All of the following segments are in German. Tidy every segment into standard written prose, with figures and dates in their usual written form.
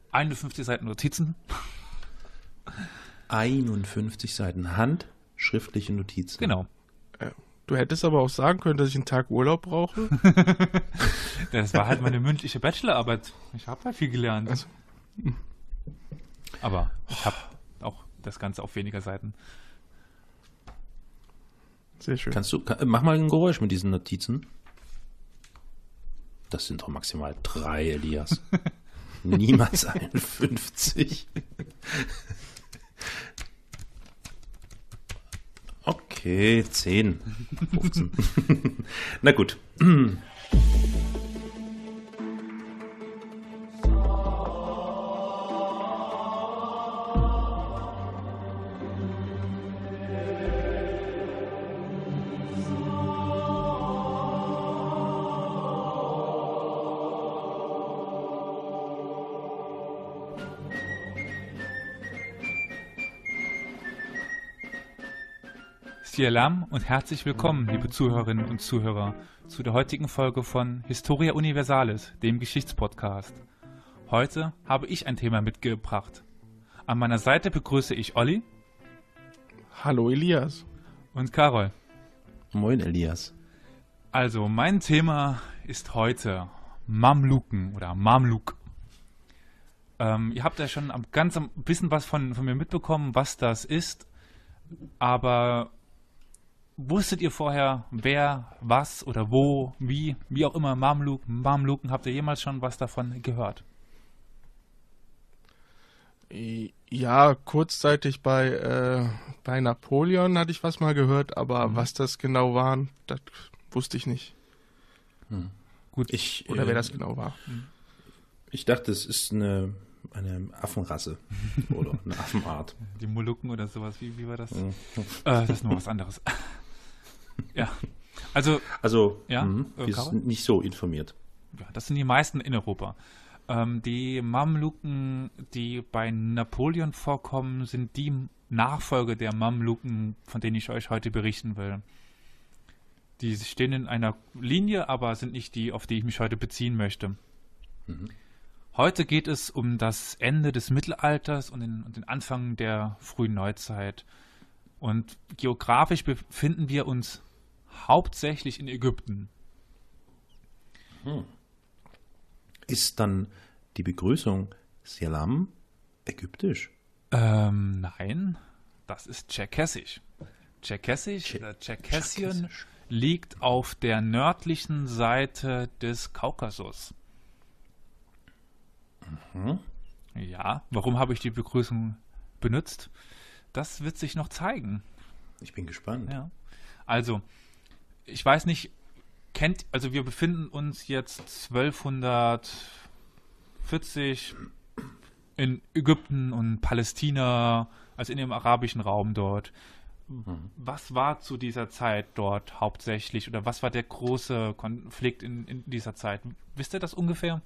51 Seiten Notizen. 51 Seiten handschriftliche Notizen. Genau. Du hättest aber auch sagen können, dass ich einen Tag Urlaub brauche. Das war halt meine mündliche Bachelorarbeit. Ich habe halt viel gelernt. Also. Aber ich habe auch das Ganze auf weniger Seiten. Sehr schön. Mach mal ein Geräusch mit diesen Notizen. Das sind doch maximal 3, Elias. Niemals 51. Okay, 10, 15. Na gut. Salam und herzlich willkommen, liebe Zuhörerinnen und Zuhörer, zu der heutigen Folge von Historia Universalis, dem Geschichtspodcast. Heute habe ich ein Thema mitgebracht. An meiner Seite begrüße ich Olli. Hallo Elias. Und Carol. Moin Elias. Also, mein Thema ist heute Mamluken oder Mamluk. Ihr habt ja schon ein bisschen was von mir mitbekommen, was das ist, aber wusstet ihr vorher, wer, was oder wo, wie auch immer, Mamluken, habt ihr jemals schon was davon gehört? Ja, kurzzeitig bei Napoleon hatte ich was mal gehört, aber was das genau war, das wusste ich nicht. Gut. Oder wer das genau war. Ich dachte, es ist eine Affenrasse oder eine Affenart. Die Molukken oder sowas, wie war das? Das ist nur was anderes. Ja, also ja, wir sind nicht so informiert. Ja, das sind die meisten in Europa. Die Mamluken, die bei Napoleon vorkommen, sind die Nachfolger der Mamluken, von denen ich euch heute berichten will. Die stehen in einer Linie, aber sind nicht die, auf die ich mich heute beziehen möchte. Heute geht es um das Ende des Mittelalters und den Anfang der frühen Neuzeit. Und geografisch befinden wir uns hauptsächlich in Ägypten. Ist dann die Begrüßung Salam ägyptisch? Nein, das ist Tscherkessisch. Tscherkessien liegt auf der nördlichen Seite des Kaukasus. Ja, warum habe ich die Begrüßung benutzt? Das wird sich noch zeigen. Ich bin gespannt. Ja. Also, ich weiß nicht, wir befinden uns jetzt 1240 in Ägypten und Palästina, also in dem arabischen Raum dort. Was war zu dieser Zeit dort hauptsächlich oder was war der große Konflikt in dieser Zeit? Wisst ihr das ungefähr?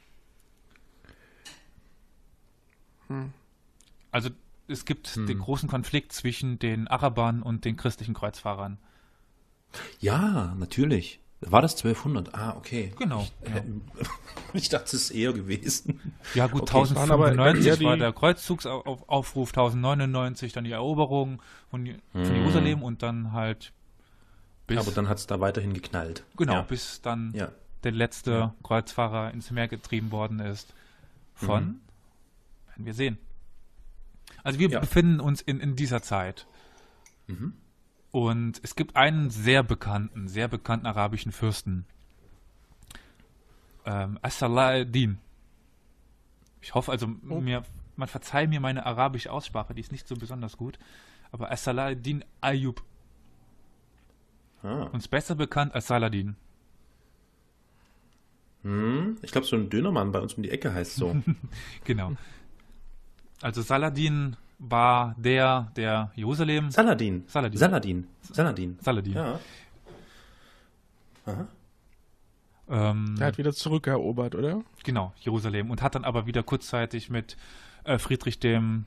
Also es gibt den großen Konflikt zwischen den Arabern und den christlichen Kreuzfahrern. Ja, natürlich. War das 1200? Ah, okay. Genau. Ich dachte, es ist eher gewesen. Ja gut, Okay. 1095 war der Kreuzzugsaufruf, 1099 dann die Eroberung von Jerusalem und dann halt bis... Aber dann hat es da weiterhin geknallt. Genau, Ja. bis dann Ja. der letzte Kreuzfahrer ins Meer getrieben worden ist. Werden wir sehen. Also wir befinden uns in dieser Zeit. Und es gibt einen sehr bekannten arabischen Fürsten. As-Saladin. Ich hoffe, man verzeiht mir meine arabische Aussprache, die ist nicht so besonders gut. Aber As-Saladin Ayyub. Uns besser bekannt als Saladin. Ich glaube, so ein Dönermann bei uns um die Ecke heißt so. Genau. Also Saladin war der Jerusalem... Saladin. Ja. Aha. Der hat wieder zurückerobert, oder? Genau, Jerusalem. Und hat dann aber wieder kurzzeitig mit Friedrich II.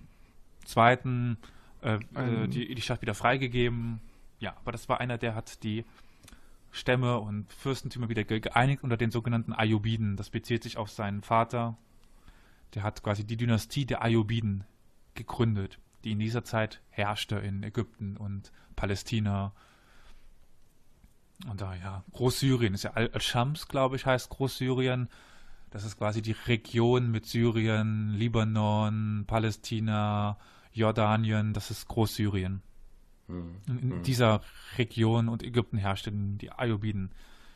Die Stadt wieder freigegeben. Ja, aber das war einer, der hat die Stämme und Fürstentümer wieder geeinigt unter den sogenannten Ayyubiden. Das bezieht sich auf seinen Vater, Der hat quasi die Dynastie der Ayyubiden gegründet, die in dieser Zeit herrschte in Ägypten und Palästina. Und da, ja, Großsyrien ist ja Al-Shams, glaube ich, heißt Großsyrien. Das ist quasi die Region mit Syrien, Libanon, Palästina, Jordanien, das ist Großsyrien. In dieser Region und Ägypten herrschten die Ayyubiden.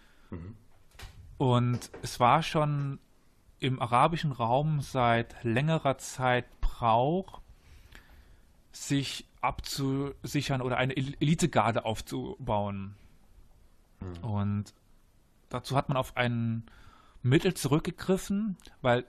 Und es war schon im arabischen Raum seit längerer Zeit Brauch, sich abzusichern oder eine Elitegarde aufzubauen. Und dazu hat man auf ein Mittel zurückgegriffen, weil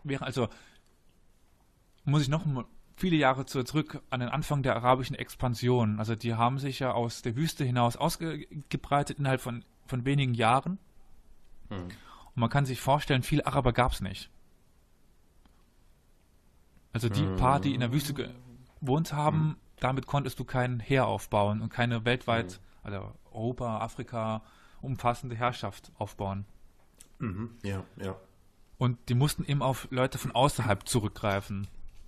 muss ich noch viele Jahre zurück an den Anfang der arabischen Expansion. Also die haben sich ja aus der Wüste hinaus ausgebreitet innerhalb von wenigen Jahren. Und man kann sich vorstellen, viele Araber gab es nicht. Also die paar, die in der Wüste gewohnt haben, damit konntest du kein Heer aufbauen und keine weltweit, also Europa, Afrika, umfassende Herrschaft aufbauen. Ja, ja. Und die mussten eben auf Leute von außerhalb zurückgreifen.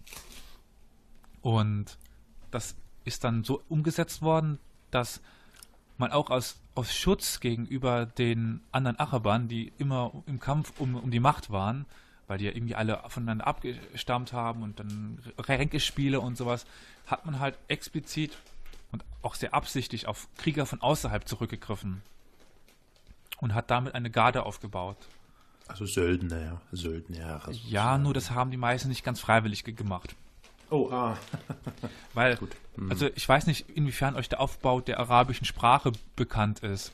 Und das ist dann so umgesetzt worden, dass man auch aus Schutz gegenüber den anderen Arabern, die immer im Kampf um die Macht waren, weil die ja irgendwie alle voneinander abgestammt haben und dann Ränkespiele und sowas, hat man halt explizit und auch sehr absichtlich auf Krieger von außerhalb zurückgegriffen und hat damit eine Garde aufgebaut. Also Söldner. Ja, nur das haben die meisten nicht ganz freiwillig gemacht. Oh, Weil, gut. also ich weiß nicht, inwiefern euch der Aufbau der arabischen Sprache bekannt ist.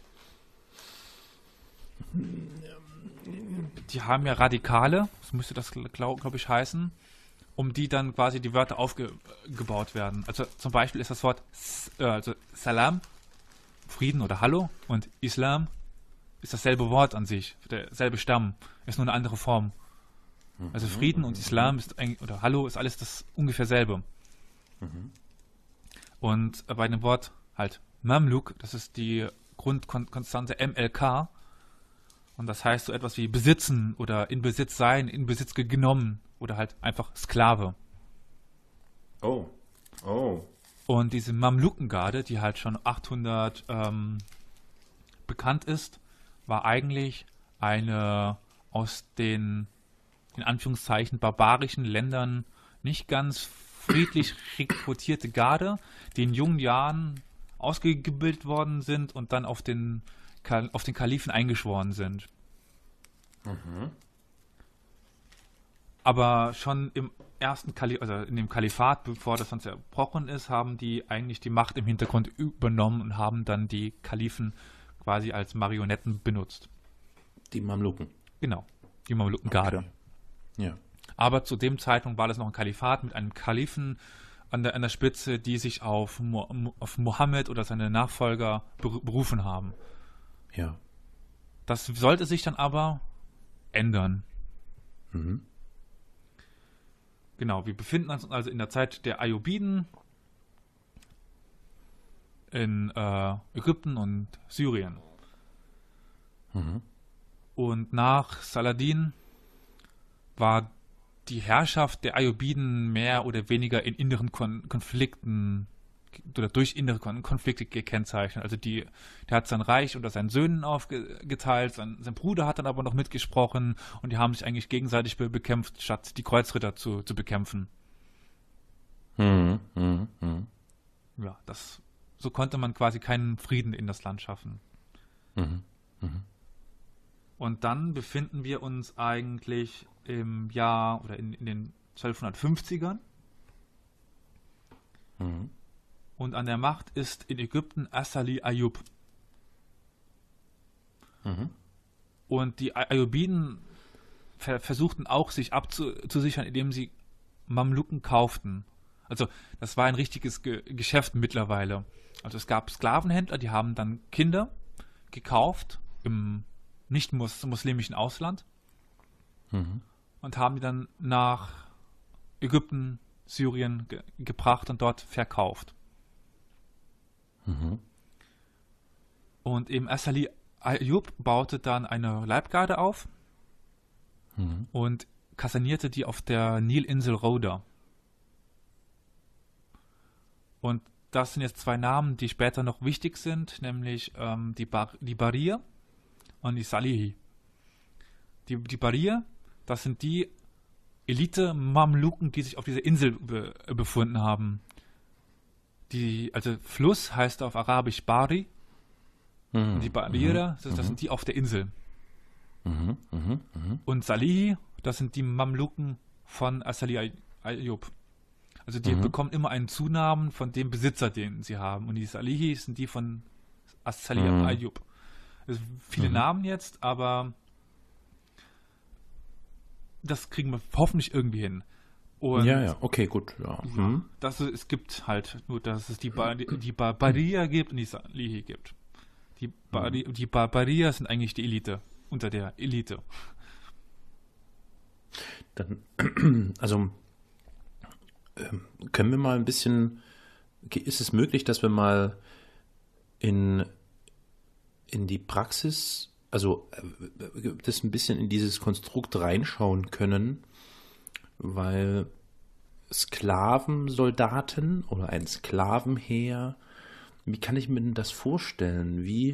Die haben ja Radikale, das müsste das, glaube ich, heißen, um die dann quasi die Wörter aufgebaut werden. Also zum Beispiel ist das Wort also Salam, Frieden oder Hallo, und Islam ist dasselbe Wort an sich, derselbe Stamm, ist nur eine andere Form. Also Frieden und Islam ist oder Hallo ist alles das ungefähr selbe. Und bei dem Wort halt Mamluk, das ist die Grundkonstante MLK, und das heißt so etwas wie besitzen oder in Besitz sein, in Besitz genommen oder halt einfach Sklave. Oh. Und diese Mamlukengarde, die halt schon 800 bekannt ist, war eigentlich eine aus den in Anführungszeichen barbarischen Ländern nicht ganz friedlich rekrutierte Garde, die in jungen Jahren ausgebildet worden sind und dann auf den Kalifen eingeschworen sind. Aber schon im ersten also in dem Kalifat, bevor das dann zerbrochen ist, haben die eigentlich die Macht im Hintergrund übernommen und haben dann die Kalifen quasi als Marionetten benutzt. Die Mamluken. Genau, die Mamlukengarde. Okay. Ja. Aber zu dem Zeitpunkt war das noch ein Kalifat mit einem Kalifen an der Spitze, die sich auf Mohammed oder seine Nachfolger berufen haben. Ja. Das sollte sich dann aber ändern. Genau, wir befinden uns also in der Zeit der Ayyubiden in Ägypten und Syrien. Und nach Saladin war die Herrschaft der Ayyubiden mehr oder weniger in inneren Konflikten oder durch innere Konflikte gekennzeichnet. Also der hat sein Reich unter seinen Söhnen aufgeteilt, sein Bruder hat dann aber noch mitgesprochen und die haben sich eigentlich gegenseitig bekämpft, statt die Kreuzritter zu bekämpfen. Ja, so konnte man quasi keinen Frieden in das Land schaffen. Und dann befinden wir uns eigentlich im Jahr oder in den 1250ern. Und an der Macht ist in Ägypten As-Salih Ayyub. Und die Ayyubiden versuchten auch, sich abzusichern, indem sie Mamluken kauften. Also das war ein richtiges Geschäft mittlerweile. Also es gab Sklavenhändler, die haben dann Kinder gekauft im nicht-muslimischen Ausland und haben die dann nach Ägypten, Syrien gebracht und dort verkauft. Und eben As-Salih Ayyub baute dann eine Leibgarde auf und kasernierte die auf der Nilinsel Rhoda. Und das sind jetzt zwei Namen, die später noch wichtig sind, nämlich die Barir und die Salihi. Die Barir, das sind die Elite-Mamluken, die sich auf dieser Insel befunden haben. Also Fluss heißt auf Arabisch Bari. Und die Barira, das sind die auf der Insel. Und Salihi, das sind die Mamluken von As-Salih Ayyub. Also die bekommen immer einen Zunamen von dem Besitzer, den sie haben. Und die Salihi sind die von As-Salih Ayyub. Also viele Namen jetzt, aber das kriegen wir hoffentlich irgendwie hin. Und ja, okay, gut. Ja. es gibt halt nur, dass es die Baria gibt und die Salihi gibt. Die Baria sind eigentlich die Elite, unter der Elite. Dann, also können wir mal ein bisschen, ist es möglich, dass wir mal in die Praxis, also das ein bisschen in dieses Konstrukt reinschauen können, weil Sklavensoldaten oder ein Sklavenheer, wie kann ich mir denn das vorstellen? Wie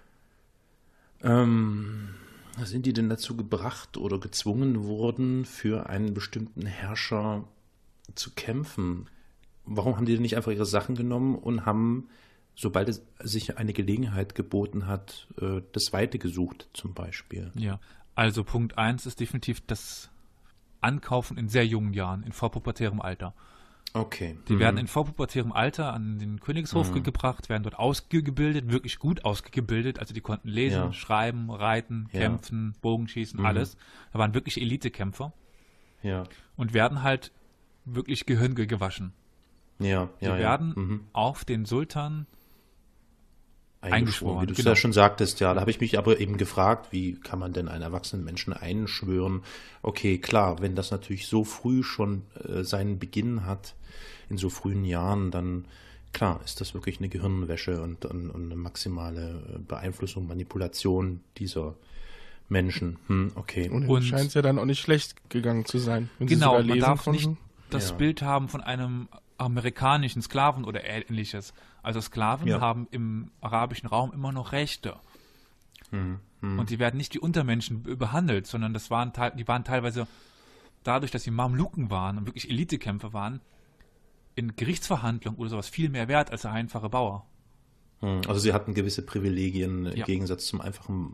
sind die denn dazu gebracht oder gezwungen worden, für einen bestimmten Herrscher zu kämpfen? Warum haben die denn nicht einfach ihre Sachen genommen und haben, sobald es sich eine Gelegenheit geboten hat, das Weite gesucht zum Beispiel? Ja, also Punkt 1 ist definitiv das Ankaufen in sehr jungen Jahren, in vorpubertärem Alter. Okay. Die werden in vorpubertärem Alter an den Königshof gebracht, werden dort ausgebildet, wirklich gut ausgebildet. Also die konnten lesen, schreiben, reiten, kämpfen, Bogenschießen, alles. Da waren wirklich Elitekämpfer. Ja. Und werden halt wirklich Gehirn gewaschen. Die werden auf den Sultan eingeschworen. Wie du es ja schon sagtest, ja. Da habe ich mich aber eben gefragt, wie kann man denn einen erwachsenen Menschen einschwören? Okay, klar, wenn das natürlich so früh schon seinen Beginn hat, in so frühen Jahren, dann klar ist das wirklich eine Gehirnwäsche und eine maximale Beeinflussung, Manipulation dieser Menschen. Okay. Und scheint es ja dann auch nicht schlecht gegangen zu sein. Wenn Genau, sie sogar man darf konnten. nicht das Bild haben von einem amerikanischen Sklaven oder ähnliches. Also Sklaven haben im arabischen Raum immer noch Rechte. Und die werden nicht wie Untermenschen behandelt, sondern die waren teilweise, dadurch, dass sie Mamluken waren und wirklich Elitekämpfer waren, in Gerichtsverhandlungen oder sowas viel mehr wert als der einfache Bauer. Also sie hatten gewisse Privilegien im Gegensatz zum einfachen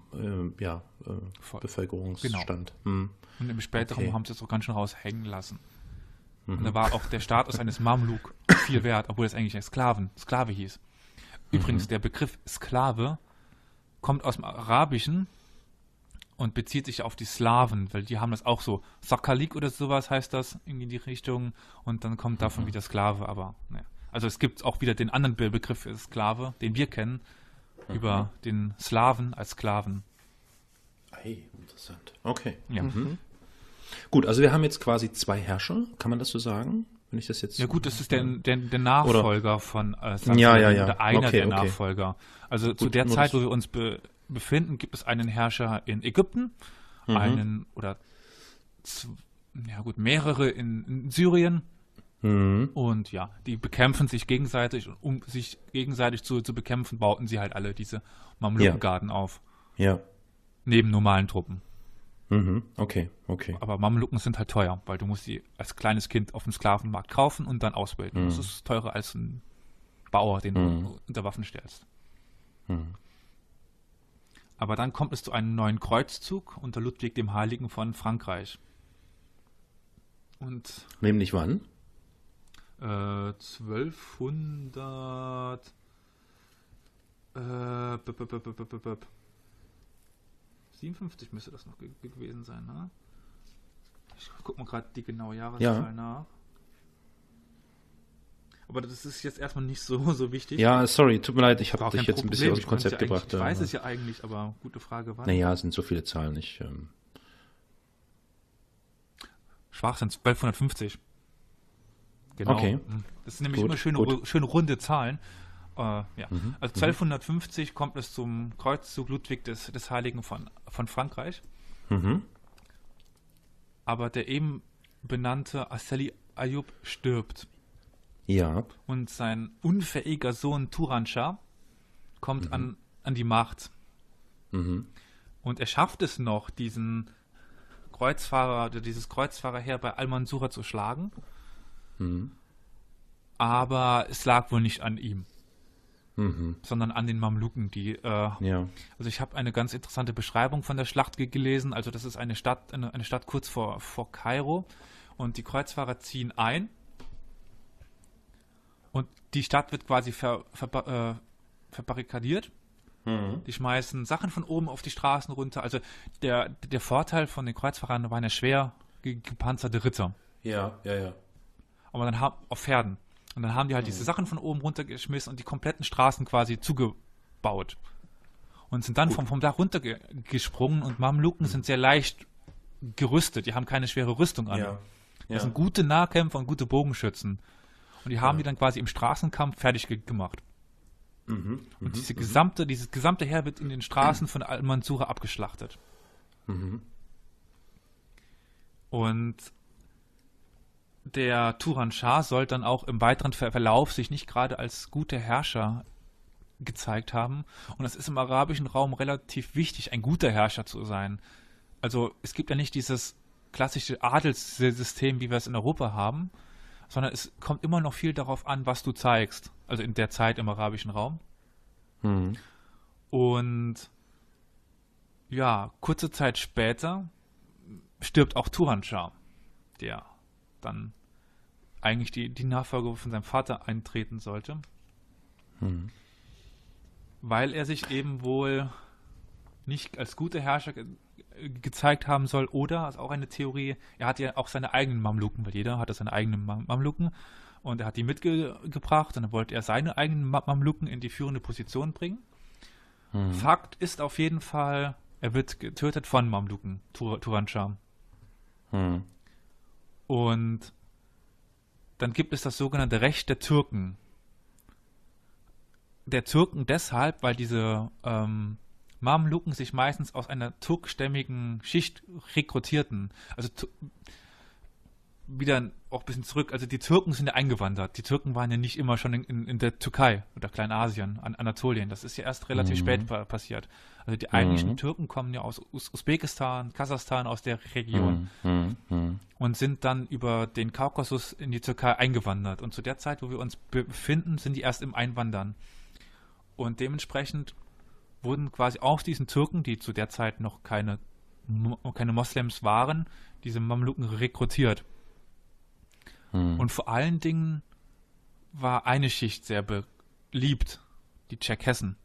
Bevölkerungsstand. Genau. Und im späteren haben sie es auch ganz schön raushängen lassen. Und da war auch der Status eines Mamluk viel wert, obwohl es eigentlich ein Sklave hieß. Übrigens, der Begriff Sklave kommt aus dem Arabischen und bezieht sich auf die Slawen, weil die haben das auch so. Sakalik oder sowas heißt das, irgendwie in die Richtung. Und dann kommt davon wieder Sklave, aber ne. Also es gibt auch wieder den anderen Begriff für Sklave, den wir kennen, über den Slawen als Sklaven. Hey, interessant. Okay. Ja. Gut, also wir haben jetzt quasi zwei Herrscher, kann man das so sagen? Wenn ich das jetzt. Ja gut, das ist der Nachfolger von Ja. oder einer der Okay. Nachfolger. Also zu der nur Zeit, das- wo wir uns befinden, gibt es einen Herrscher in Ägypten, einen oder mehrere in Syrien. Und ja, die bekämpfen sich gegenseitig und um sich gegenseitig zu bekämpfen, bauten sie halt alle diese Mamlukengarden auf. Ja. Neben normalen Truppen. Okay. Aber Mamluken sind halt teuer, weil du musst sie als kleines Kind auf dem Sklavenmarkt kaufen und dann ausbilden. Das ist teurer als ein Bauer, den du unter Waffen stellst. Aber dann kommt es zu einem neuen Kreuzzug unter Ludwig dem Heiligen von Frankreich. Und Nämlich wann? 1200 57 müsste das noch gewesen sein, ne? Ich gucke mal gerade die genaue Jahreszahl nach. Aber das ist jetzt erstmal nicht so wichtig. Ja, sorry, tut mir leid, ich habe Gar dich kein jetzt ein bisschen Problem. aus dem Konzept Ich kann's ja gebracht. eigentlich- Ich weiß es ja eigentlich, aber gute Frage war. Naja, es sind so viele Zahlen nicht. Schwachsinn, 1250. Genau. Okay. Das sind nämlich Gut, immer schöne runde Zahlen. Also 1250 kommt es zum Kreuzzug Ludwig des Heiligen von Frankreich. aber der eben benannte Assali Ayub stirbt. Ja. Und sein unfähiger Sohn Turanshah kommt an die Macht. Mhm. Und er schafft es noch, dieses Kreuzfahrerheer bei Al-Mansura zu schlagen. Mhm. Aber es lag wohl nicht an ihm, Mhm. sondern an den Mamluken, Ja. also ich habe eine ganz interessante Beschreibung von der Schlacht gelesen. Also das ist eine Stadt kurz vor Kairo, und die Kreuzfahrer ziehen ein und die Stadt wird quasi verbarrikadiert. Mhm. Die schmeißen Sachen von oben auf die Straßen runter. Also der Vorteil von den Kreuzfahrern waren ja schwer gepanzerte Ritter. Ja, ja, ja. Aber dann auf Pferden. Und dann haben die halt diese Sachen von oben runtergeschmissen und die kompletten Straßen quasi zugebaut. Und sind dann vom Dach runtergesprungen, und Mamluken sind sehr leicht gerüstet. Die haben keine schwere Rüstung an. Ja. Das sind gute Nahkämpfer und gute Bogenschützen. Und die haben die dann quasi im Straßenkampf fertig gemacht. Mhm. Und dieses gesamte Heer wird in den Straßen von Al-Mansura abgeschlachtet. Mhm. Und der Turanshah soll dann auch im weiteren Verlauf sich nicht gerade als guter Herrscher gezeigt haben. Und es ist im arabischen Raum relativ wichtig, ein guter Herrscher zu sein. Also es gibt ja nicht dieses klassische Adelssystem, wie wir es in Europa haben, sondern es kommt immer noch viel darauf an, was du zeigst. Also in der Zeit im arabischen Raum. Mhm. Und ja, kurze Zeit später stirbt auch Turanshah, der dann eigentlich die Nachfolge von seinem Vater eintreten sollte. Mhm. Weil er sich eben wohl nicht als guter Herrscher gezeigt haben soll, oder, also auch eine Theorie, er hat ja auch seine eigenen Mamluken, weil jeder hatte seine eigenen Mamluken, und er hat die mitgebracht, und dann wollte er seine eigenen Mamluken in die führende Position bringen. Mhm. Fakt ist auf jeden Fall, er wird getötet von Mamluken, Turanshah. Mhm. Und dann gibt es das sogenannte Recht der Türken. Der Türken deshalb, weil diese Mamluken sich meistens aus einer turkstämmigen Schicht rekrutierten. Also wieder auch ein bisschen zurück, also die Türken sind ja eingewandert. Die Türken waren ja nicht immer schon in der Türkei oder Kleinasien, Anatolien. Das ist ja erst relativ spät passiert. Also die eigentlichen Türken kommen ja aus Usbekistan, Kasachstan, aus der Region. Und sind dann über den Kaukasus in die Türkei eingewandert. Und zu der Zeit, wo wir uns befinden, sind die erst im Einwandern. Und dementsprechend wurden quasi aus diesen Türken, die zu der Zeit noch keine Moslems waren, diese Mamluken rekrutiert. Und vor allen Dingen war eine Schicht sehr beliebt, die Tscherkessen.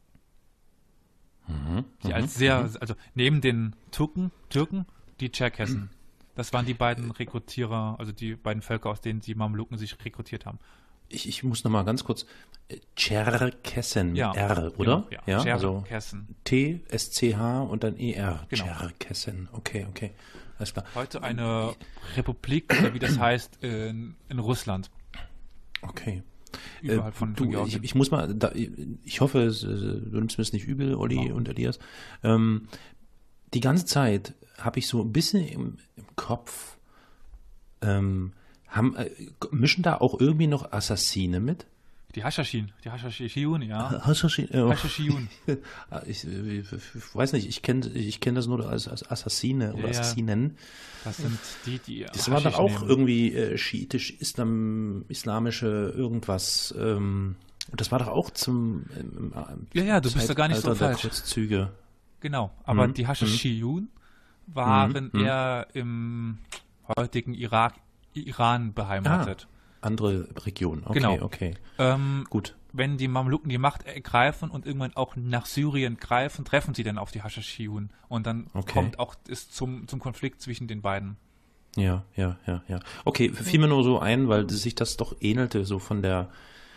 Die als also neben den Türken, die Tscherkessen. Das waren die beiden Rekrutierer, also die beiden Völker, aus denen die Mamluken sich rekrutiert haben. Ich muss noch mal ganz kurz. Tscherkessen mit Ja, R, oder? genau, ja. Ja, also Tscherkessen. T-S-C-H und dann E-R. Genau. Tscherkessen. Okay. Alles klar. Heute eine Republik, oder wie das heißt, in Russland. Okay. Überhalb von Georgien. Ich muss mal, ich hoffe, du nimmst mir es nicht übel, Olli und Elias. Die ganze Zeit habe ich so ein bisschen im Kopf, mischen da auch irgendwie noch Assassine mit? Die Hashashin, ja. Hashashin. Ich weiß nicht, ich kenn das nur als Assassine oder Assassinen. Das sind die Das war doch auch irgendwie schiitisch-islamische irgendwas. Und das war doch auch zum du bist da gar nicht so falsch. Kreuzzüge. Genau, aber die Hashashiyun waren eher im heutigen Iran beheimatet. Andere Region, okay, genau. Okay. Gut. Wenn die Mamluken die Macht ergreifen und irgendwann auch nach Syrien greifen, treffen sie dann auf die Hashashiyun. Und dann kommt auch es zum Konflikt zwischen den beiden. Ja. Okay, fiel mir nur so ein, weil sich das doch ähnelte, so von der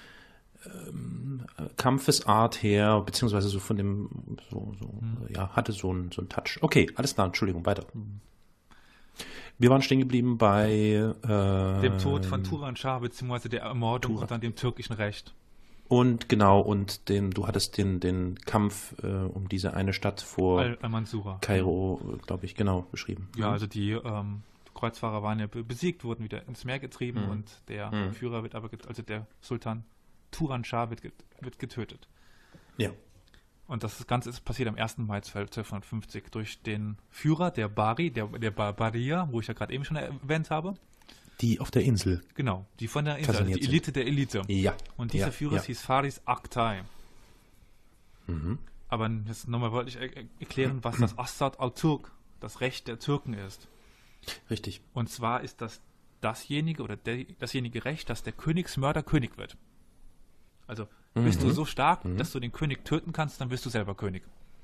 Kampfesart her, beziehungsweise so von dem, hatte so einen Touch. Okay, alles klar, Entschuldigung, weiter. Wir waren stehen geblieben bei dem Tod von Turanshah, beziehungsweise der Ermordung und dann dem türkischen Recht. Und genau, und du hattest den Kampf um diese eine Stadt vor Al-Mansura. Kairo, glaube ich, genau, beschrieben. Ja, also die Kreuzfahrer waren ja besiegt, wurden wieder ins Meer getrieben und der Führer wird aber, also der Sultan Turan Schah wird getötet. Ja. Und das Ganze ist passiert am 1. Mai 1250 durch den Führer, der Bari, der Barbaria, wo ich ja gerade eben schon erwähnt habe. Die auf der Insel. Genau, die von der Insel, also die Elite der Elite. Ja. Und dieser Führer hieß Faris Aktay. Aber jetzt nochmal wollte ich erklären, was das Assad al-Turk, das Recht der Türken ist. Richtig. Und zwar ist dasjenige Recht, dass der Königsmörder König wird. Also bist du so stark, dass du den König töten kannst, dann wirst du selber König.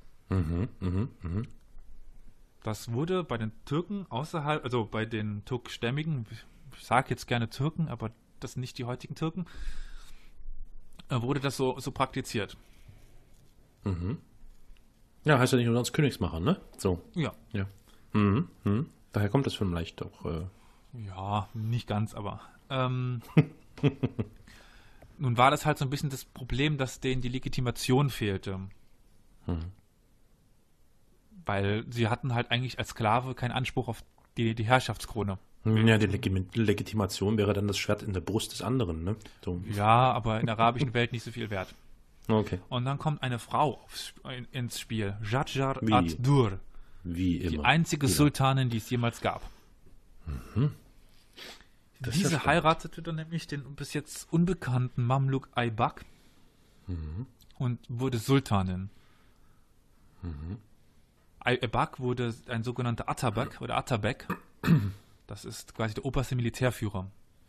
Das wurde bei den Türken außerhalb, also bei den Turkstämmigen, ich sage jetzt gerne Türken, aber das sind nicht die heutigen Türken, wurde das so praktiziert. Ja, heißt ja nicht umsonst Königsmacher, ne? So. Ja. Daher kommt das vielleicht auch. Ja, nicht ganz, aber. Nun war das halt so ein bisschen das Problem, dass denen die Legitimation fehlte. Weil sie hatten halt eigentlich als Sklave keinen Anspruch auf die Herrschaftskrone. Ja, die Legitimation wäre dann das Schwert in der Brust des anderen, ne? So. Ja, aber in der arabischen Welt nicht so viel wert. Okay. Und dann kommt eine Frau ins Spiel, Jadjar ad-Dur. Wie immer. Die einzige Sultanin, die es jemals gab. Diese heiratete dann nämlich den bis jetzt unbekannten Mamluk Aybak und wurde Sultanin. Aybak wurde ein sogenannter Atabek oder Atabek. Das ist quasi der oberste Militärführer.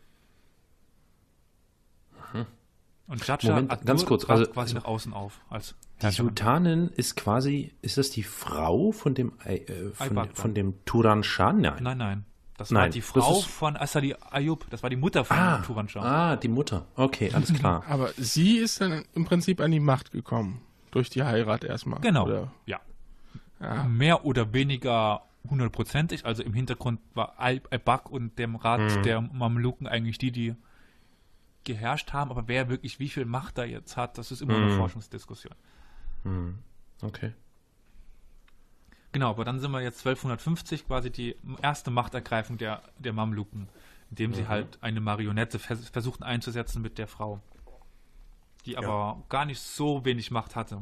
Und Jadjar ad-Dur ganz kurz, trat quasi nach außen auf. Als die Sultanin ist das die Frau von dem von dem Turan Schah? Nein. Das war die Frau von Asali Ayub. Das war die Mutter von Turan Schah. Die Mutter. Okay, alles klar. Aber sie ist dann im Prinzip an die Macht gekommen. Durch die Heirat erstmal. Genau, oder? ja. Mehr oder weniger 100%ig. Also im Hintergrund war Aybak und dem Rat der Mamluken eigentlich die geherrscht haben. Aber wer wirklich wie viel Macht da jetzt hat, das ist immer eine Forschungsdiskussion. Okay. Genau, aber dann sind wir jetzt 1250, quasi die erste Machtergreifung der Mamluken, indem sie halt eine Marionette versuchten einzusetzen mit der Frau, die aber gar nicht so wenig Macht hatte.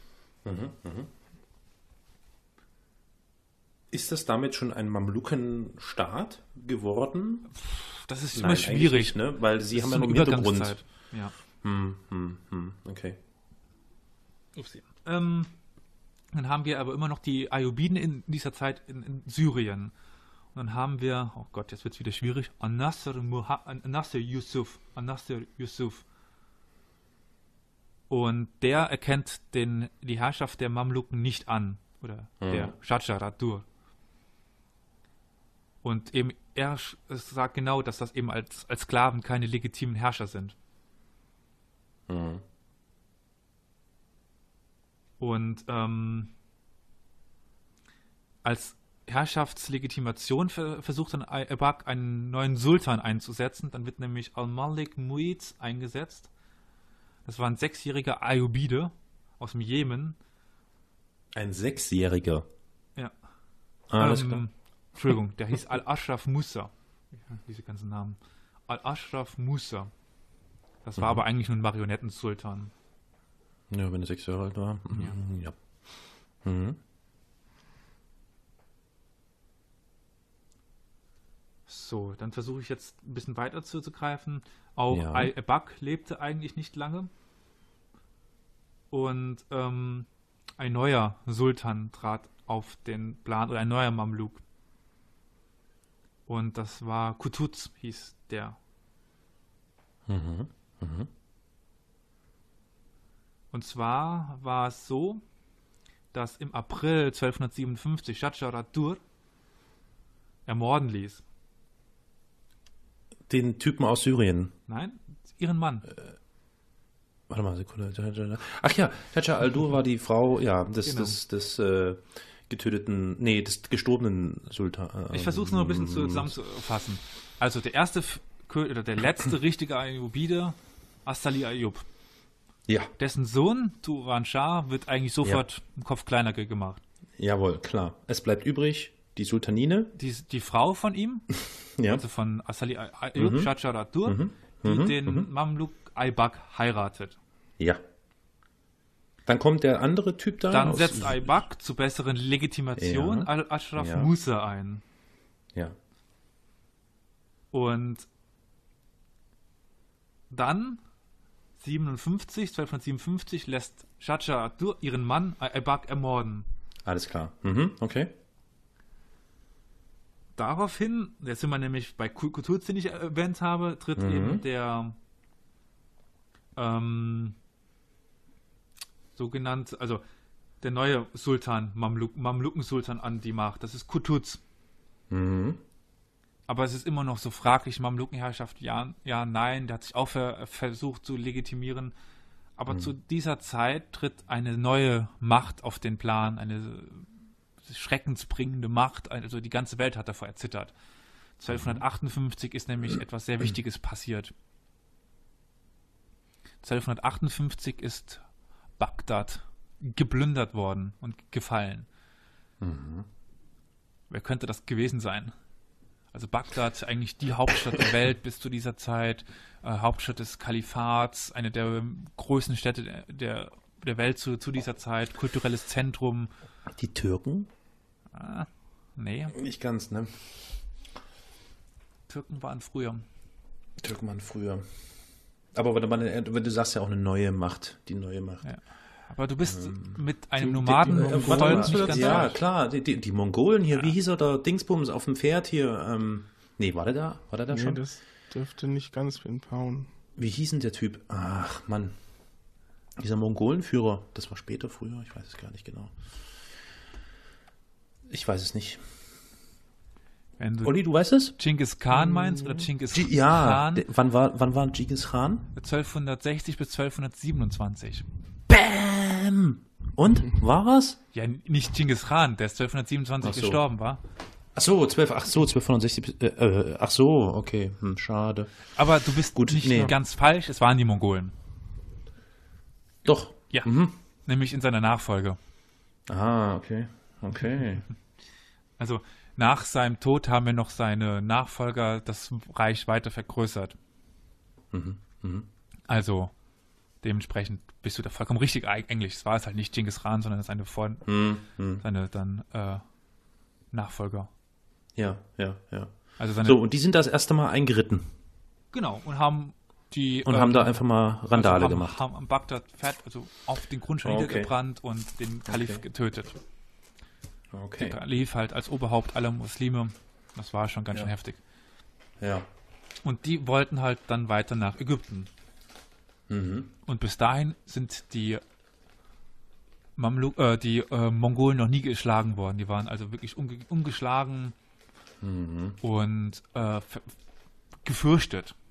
Ist das damit schon ein Mamlukenstaat geworden? Das ist immer schwierig, ne? Weil sie haben ja noch einen Hintergrund. Ja. Okay. Upsi. Dann haben wir aber immer noch die Ayyubiden in dieser Zeit in Syrien. Und dann haben wir, oh Gott, jetzt wird es wieder schwierig, An-Nasr Yusuf. Und der erkennt die Herrschaft der Mamluken nicht an. Oder der Jadjar ad-Dur. Und eben er sagt genau, dass das eben als Sklaven keine legitimen Herrscher sind. Und als Herrschaftslegitimation versucht dann Aybak einen neuen Sultan einzusetzen. Dann wird nämlich Al-Malik Muiz eingesetzt. Das war ein 6-jähriger Ayyubide aus dem Jemen. Ein 6-jähriger? Ja. Alles klar. Entschuldigung, der hieß Al-Ashraf Musa. Ja, diese ganzen Namen. Al-Ashraf Musa. Das war aber eigentlich nur ein Marionettensultan. Ja, wenn er 6 Jahre alt war. Ja. So, dann versuche ich jetzt ein bisschen weiter zuzugreifen. Auch Aybak lebte eigentlich nicht lange. Und ein neuer Sultan trat auf den Plan, oder ein neuer Mamluk. Und das war Kutuz, hieß der. Und zwar war es so, dass im April 1257 Jadjar ad-Dur ermorden ließ. Den Typen aus Syrien? Nein, ihren Mann. Warte mal, Sekunde. Ach ja, Jadjar ad-Dur war die Frau, des gestorbenen Sultan. Ich versuche es nur ein bisschen zusammenzufassen. Also der erste oder der letzte richtige Ayyubide, Asali Ayub. Ja. Dessen Sohn, Turan Schah, wird eigentlich sofort im Kopf kleiner gemacht. Jawohl, klar. Es bleibt übrig Die Sultanine? Die Frau von ihm, Ja. also von Asali Ayub Shajaratur, die den Mamluk Aybak heiratet. Ja. Dann kommt der andere Typ da. Dann setzt Aybak zur besseren Legitimation Ja. Al-Ashraf Ja. Musa ein. Ja. Und dann 1257 lässt Shajaratur ihren Mann Aybak ermorden. Alles klar. Okay. Daraufhin, jetzt sind wir nämlich bei Qutuz, den ich erwähnt habe, tritt eben der sogenannte, also der neue Sultan, Mamluken-Sultan an die Macht. Das ist Qutuz. Aber es ist immer noch so fraglich, Mamlukenherrschaft, ja, nein, der hat sich auch versucht zu legitimieren. Aber zu dieser Zeit tritt eine neue Macht auf den Plan, eine schreckensbringende Macht, also die ganze Welt hat davor erzittert. 1258 ist nämlich etwas sehr Wichtiges passiert. 1258 ist Bagdad geplündert worden und gefallen. Wer könnte das gewesen sein? Also Bagdad, eigentlich die Hauptstadt der Welt bis zu dieser Zeit, Hauptstadt des Kalifats, eine der größten Städte der Welt zu dieser Zeit, kulturelles Zentrum. Die Türken? Nee, Nicht ganz, ne? Türken waren früher. Türken waren früher. Aber wenn du sagst ja auch eine neue Macht, die neue Macht. Ja. Aber du bist mit einem Warte Nomadenvolk mal, nicht ganz ja, falsch. klar, die Mongolen hier, wie hieß er da, Dingsbums auf dem Pferd hier, nee, war der da? War der da Nee, schon? das dürfte nicht ganz hinhauen. Wie hieß denn der Typ? Ach, Mann. Dieser Mongolenführer, das war später, früher, ich weiß es gar nicht genau. Ich weiß es nicht. Wenn du Olli, du weißt es? Genghis Khan meinst oder Genghis Ja, Khan, wann war Genghis Khan? 1260 bis 1227. Bäm! Und? War was? Ja, nicht Genghis Khan, der ist 1227 Ach so. gestorben, war. Ach so, 1260, ach so, okay, schade. Aber du bist Gut, nicht nee. ganz falsch, es waren die Mongolen. Doch. Ja, nämlich in seiner Nachfolge. Ah, okay. Also nach seinem Tod haben wir noch seine Nachfolger das Reich weiter vergrößert. Also dementsprechend bist du da vollkommen richtig eigentlich. Es war es halt nicht Genghis Khan, sondern seine seine dann Nachfolger. Ja. Also seine, So, und die sind das erste Mal eingeritten genau, und haben die und haben da einfach mal Randale gemacht. Haben am Bagdad also auf den Grund schon Okay. niedergebrannt und den Kalif Okay. getötet. Okay. Der Kalif halt als Oberhaupt aller Muslime. Das war schon ganz Ja. schön heftig. Ja. Und die wollten halt dann weiter nach Ägypten. Und bis dahin sind die Mongolen noch nie geschlagen worden. Die waren also wirklich ungeschlagen und gefürchtet.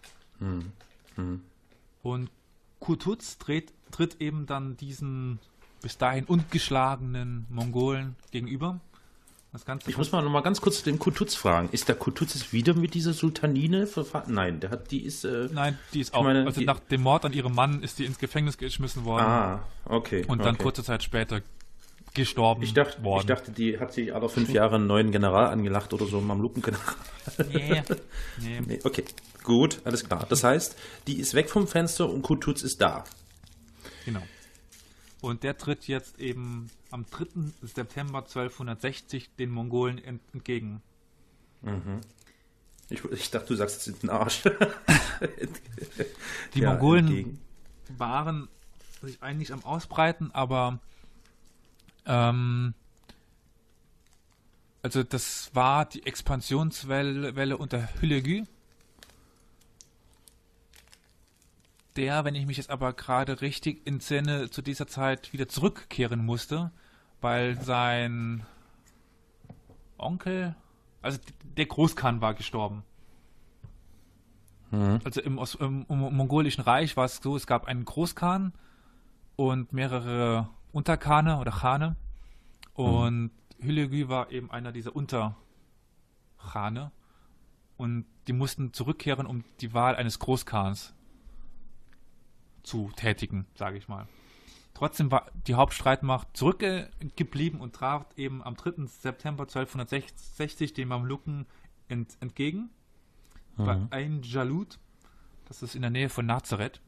Und Qutuz tritt eben dann diesen bis dahin ungeschlagenen Mongolen gegenüber. Das Ganze Ich muss mal noch mal ganz kurz den Qutuz fragen. Ist der Qutuz jetzt wieder mit dieser Sultanine verfahren? Nein, die ist... Nein, die ist ich auch, meine, also die- nach dem Mord an ihrem Mann ist die ins Gefängnis geschmissen worden okay. und dann okay. kurze Zeit später gestorben Ich worden. dachte, die hat sich alle 5 Jahre einen neuen General angelacht oder so, einen Mamluken-General. Nee. Nee, okay, gut, alles klar. Das heißt, die ist weg vom Fenster und Qutuz ist da. Genau. Und der tritt jetzt eben am 3. September 1260 den Mongolen entgegen. Ich dachte, du sagst jetzt den Arsch. Die Ja, Mongolen entgegen. waren sich eigentlich am Ausbreiten, aber also das war die Expansionswelle unter Hülegü. Der, wenn ich mich jetzt aber gerade richtig entsinne, zu dieser Zeit wieder zurückkehren musste, weil sein Onkel, also der Großkhan war gestorben. Also im mongolischen Reich war es so, es gab einen Großkhan und mehrere Unterkhane oder Khane und Hülegü war eben einer dieser Unterkhane und die mussten zurückkehren, um die Wahl eines Großkhans zu tätigen, sage ich mal. Trotzdem war die Hauptstreitmacht zurückgeblieben und trat eben am 3. September 1260 den Mamluken entgegen bei Ain Jalut. Das ist in der Nähe von Nazareth.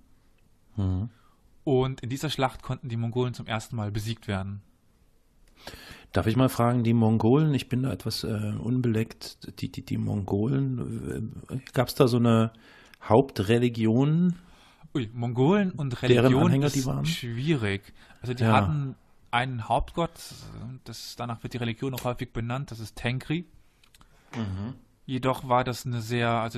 Und in dieser Schlacht konnten die Mongolen zum ersten Mal besiegt werden. Darf ich mal fragen, die Mongolen, ich bin da etwas unbeleckt, die Mongolen, gab es da so eine Hauptreligion? Mongolen und Deren Religion Anhänger ist die waren? schwierig. Also die hatten einen Hauptgott, danach wird die Religion auch häufig benannt, das ist Tengri. Jedoch war das eine sehr,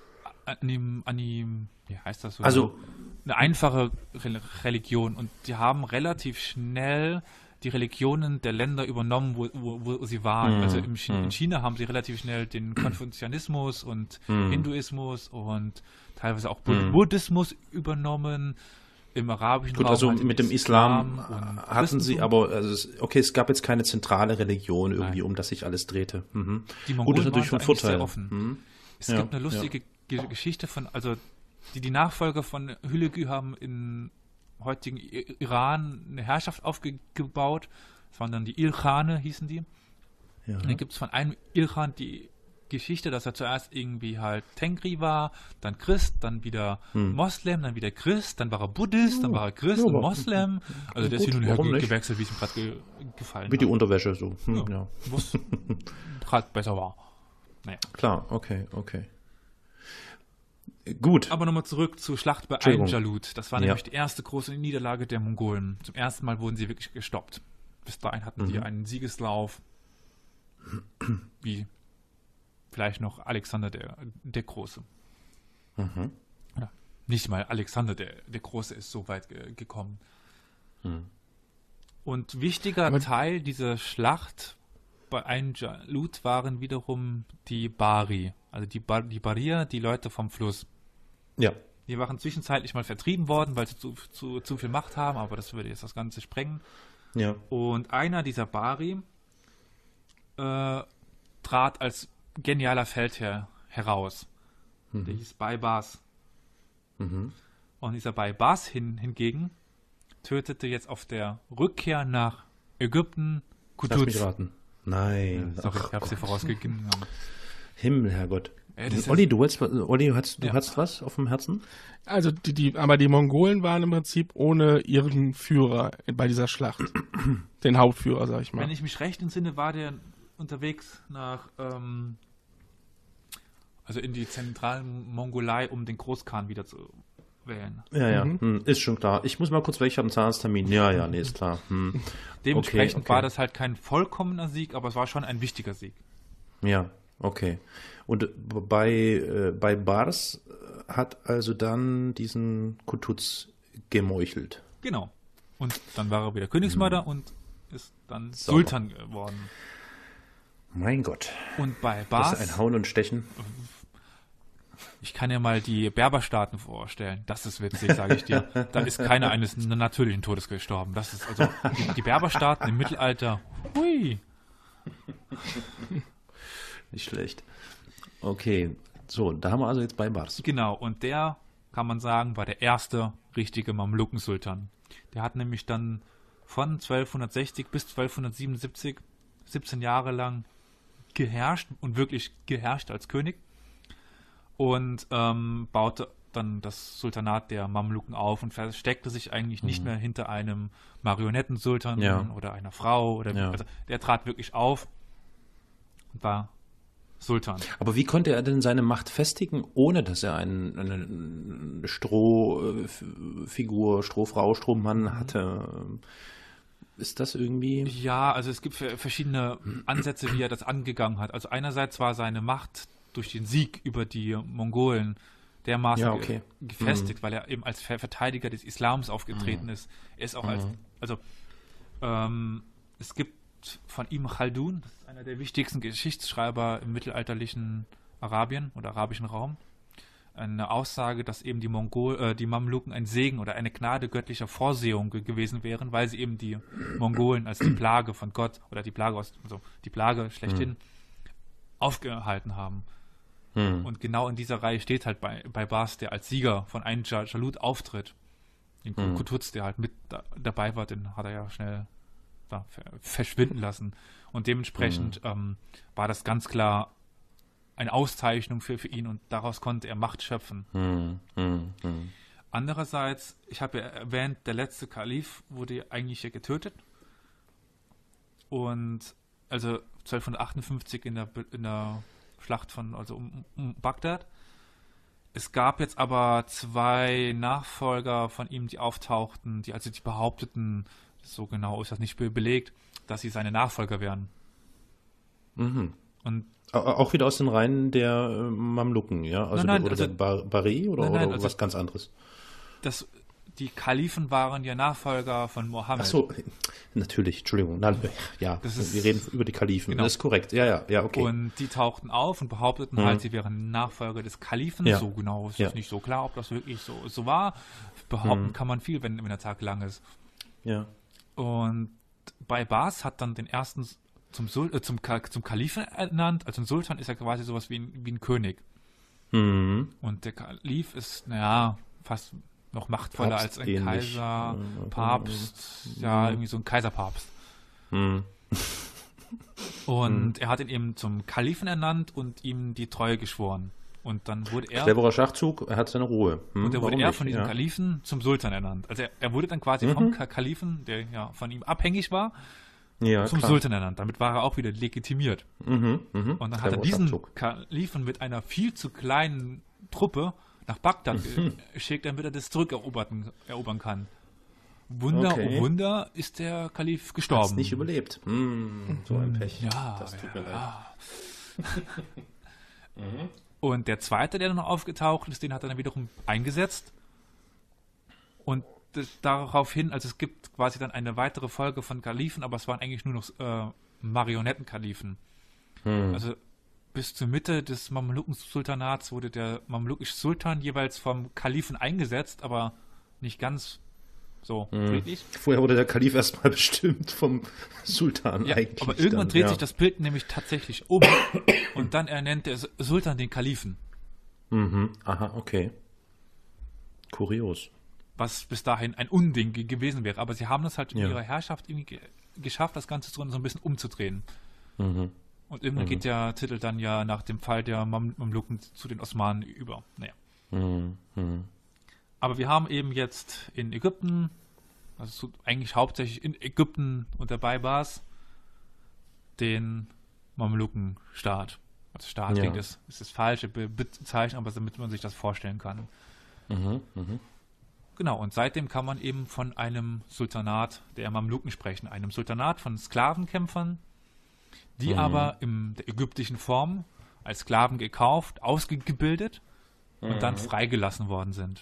wie heißt das so? Also eine einfache Religion, und die haben relativ schnell die Religionen der Länder übernommen, wo sie waren. Also in China haben sie relativ schnell den Konfuzianismus und Hinduismus und teilweise auch Buddhismus übernommen. Im arabischen gut, Raum also halt mit dem Islam und hatten sie aber, es gab jetzt keine zentrale Religion irgendwie, um das sich alles drehte. Die Gut, das ist Mongolen natürlich waren schon da eigentlich Vorteil. sehr offen. Es gibt eine lustige Geschichte von, also die Nachfolger von Hülegü haben im heutigen Iran eine Herrschaft aufgebaut. Das waren dann die Ilkhane, hießen die. Ja. Und dann gibt es von einem Ilkhan die Geschichte, dass er zuerst irgendwie halt Tengri war, dann Christ, dann wieder Moslem, dann wieder Christ, dann war er Buddhist, dann war er Christ und Moslem. Also der ist hin und her gewechselt, wie es ihm gerade gefallen Wie die hat. Unterwäsche so. Was gerade besser war. Naja. Klar, okay. Gut. Aber nochmal zurück zur Schlacht bei Ain Jalut. Das war nämlich die erste große Niederlage der Mongolen. Zum ersten Mal wurden sie wirklich gestoppt. Bis dahin hatten die einen Siegeslauf, wie vielleicht noch Alexander der Große. Ja, nicht mal Alexander der Große ist so weit gekommen. Und wichtiger Teil dieser Schlacht bei Ain Jalut waren wiederum die Bari, also die Barier, die Leute vom Fluss. Ja. Die waren zwischenzeitlich mal vertrieben worden, weil sie zu viel Macht haben, aber das würde jetzt das Ganze sprengen. Ja. Und einer dieser Bari trat als genialer Feldherr heraus. Der hieß Baibars. Und dieser Baibars hingegen tötete jetzt auf der Rückkehr nach Ägypten Lass Kutuz. mich raten. Nein. Sorry, ich habe sie vorausgegeben. Himmel, Herrgott. Das Olli, du hast was auf dem Herzen? Also aber die Mongolen waren im Prinzip ohne ihren Führer bei dieser Schlacht. Den Hauptführer, sag ich mal. Wenn ich mich recht entsinne, war der unterwegs nach also in die zentralen Mongolei, um den Großkhan wieder zu wählen. Ja. Ist schon klar. Ich muss mal kurz weg, ich habe einen Zahnarzttermin. Ja, nee, ist klar. Dementsprechend Okay. war das halt kein vollkommener Sieg, aber es war schon ein wichtiger Sieg. Ja, okay. Und bei Bars hat also dann diesen Kutuz gemeuchelt. Genau. Und dann war er wieder Königsmörder und ist dann Sultan geworden. Mein Gott. Und bei Das Bars, ist ein Hauen und Stechen. ich kann ja mal die Berberstaaten vorstellen. Das ist witzig, sage ich dir. Da ist keiner eines natürlichen Todes gestorben. Das ist also die Berberstaaten im Mittelalter. Hui. Nicht schlecht. Okay, so, da haben wir also jetzt bei Bars. Genau, und der, kann man sagen, war der erste richtige Mamluken-Sultan. Der hat nämlich dann von 1260 bis 1277 17 Jahre lang geherrscht und wirklich geherrscht als König und baute dann das Sultanat der Mamluken auf und versteckte sich eigentlich nicht mehr hinter einem Marionettensultan oder einer Frau. Also der trat wirklich auf und war Sultan. Aber wie konnte er denn seine Macht festigen, ohne dass er eine Strohfigur, Strohfrau, Strohmann hatte? Ist das irgendwie... Ja, also es gibt verschiedene Ansätze, wie er das angegangen hat. Also einerseits war seine Macht durch den Sieg über die Mongolen dermaßen gefestigt, weil er eben als Verteidiger des Islams aufgetreten ist. Er ist auch es gibt von Ibn Khaldun, das ist einer der wichtigsten Geschichtsschreiber im mittelalterlichen Arabien oder arabischen Raum, eine Aussage, dass eben die Mamluken ein Segen oder eine Gnade göttlicher Vorsehung gewesen wären, weil sie eben die Mongolen als die Plage von Gott oder die Plage die Plage schlechthin aufgehalten haben. Und genau in dieser Reihe steht halt bei Bars, der als Sieger von Ain Jalut auftritt. Den Kutuz, der halt mit dabei war, den hat er ja schnell verschwinden lassen. Und dementsprechend war das ganz klar eine Auszeichnung für ihn und daraus konnte er Macht schöpfen. Andererseits, ich habe ja erwähnt, der letzte Kalif wurde eigentlich ja getötet. Und also 1258 in der Schlacht um Bagdad. Es gab jetzt aber 2 Nachfolger von ihm, die auftauchten, die behaupteten, so genau ist das nicht belegt, dass sie seine Nachfolger wären. Und auch wieder aus den Reihen der Mamluken, ja? Also der Bari oder also was ganz anderes? Die Kalifen waren ja Nachfolger von Mohammed. Ach so, natürlich, Entschuldigung. Ja, wir reden über die Kalifen. Genau. Das ist korrekt. Ja, okay. Und die tauchten auf und behaupteten halt, sie wären Nachfolger des Kalifen. Ja. So genau ist es nicht so klar, ob das wirklich so war. Behaupten kann man viel, wenn der Tag lang ist. Ja. Und Baibars hat dann den ersten zum Kalifen ernannt. Also ein Sultan ist ja quasi sowas wie ein König. Und der Kalif ist, fast noch machtvoller als ein Kaiser, Papst, irgendwie so ein Kaiserpapst. Und er hat ihn eben zum Kalifen ernannt und ihm die Treue geschworen. Und dann wurde er... Cleverer Schachzug, er hat seine Ruhe. Und dann wurde er von diesem Kalifen zum Sultan ernannt. Also er wurde dann quasi vom Kalifen, der ja von ihm abhängig war, zum Sultan ernannt. Damit war er auch wieder legitimiert. Und dann hat er diesen Kalifen mit einer viel zu kleinen Truppe nach Bagdad geschickt, damit er das zurückerobern kann. Oh Wunder, ist der Kalif gestorben. Hat's nicht überlebt. So ein Pech. Ja, das tut mir leid. Und der zweite, der dann aufgetaucht ist, den hat er dann wiederum eingesetzt. Und daraufhin, also es gibt quasi dann eine weitere Folge von Kalifen, aber es waren eigentlich nur noch Marionettenkalifen. Also bis zur Mitte des Mamluken-Sultanats wurde der mamlukische Sultan jeweils vom Kalifen eingesetzt, aber nicht ganz so friedlich. Vorher wurde der Kalif erstmal bestimmt vom Sultan eigentlich. Aber irgendwann dreht sich das Bild nämlich tatsächlich um und dann ernennt der Sultan den Kalifen. Aha, okay. Kurios. Was bis dahin ein Unding gewesen wäre. Aber sie haben das halt in ihrer Herrschaft irgendwie geschafft, das Ganze so ein bisschen umzudrehen. Und irgendwann geht der Titel dann ja nach dem Fall der Mamluken zu den Osmanen über. Aber wir haben eben jetzt in Ägypten, also eigentlich hauptsächlich in Ägypten unter Baibars, den Mamlukenstaat. Also Staat klingt ist das falsche Bezeichnung, aber damit man sich das vorstellen kann. Genau, und seitdem kann man eben von einem Sultanat der Mamluken sprechen. Einem Sultanat von Sklavenkämpfern, die aber in der ägyptischen Form als Sklaven gekauft, ausgebildet und dann freigelassen worden sind.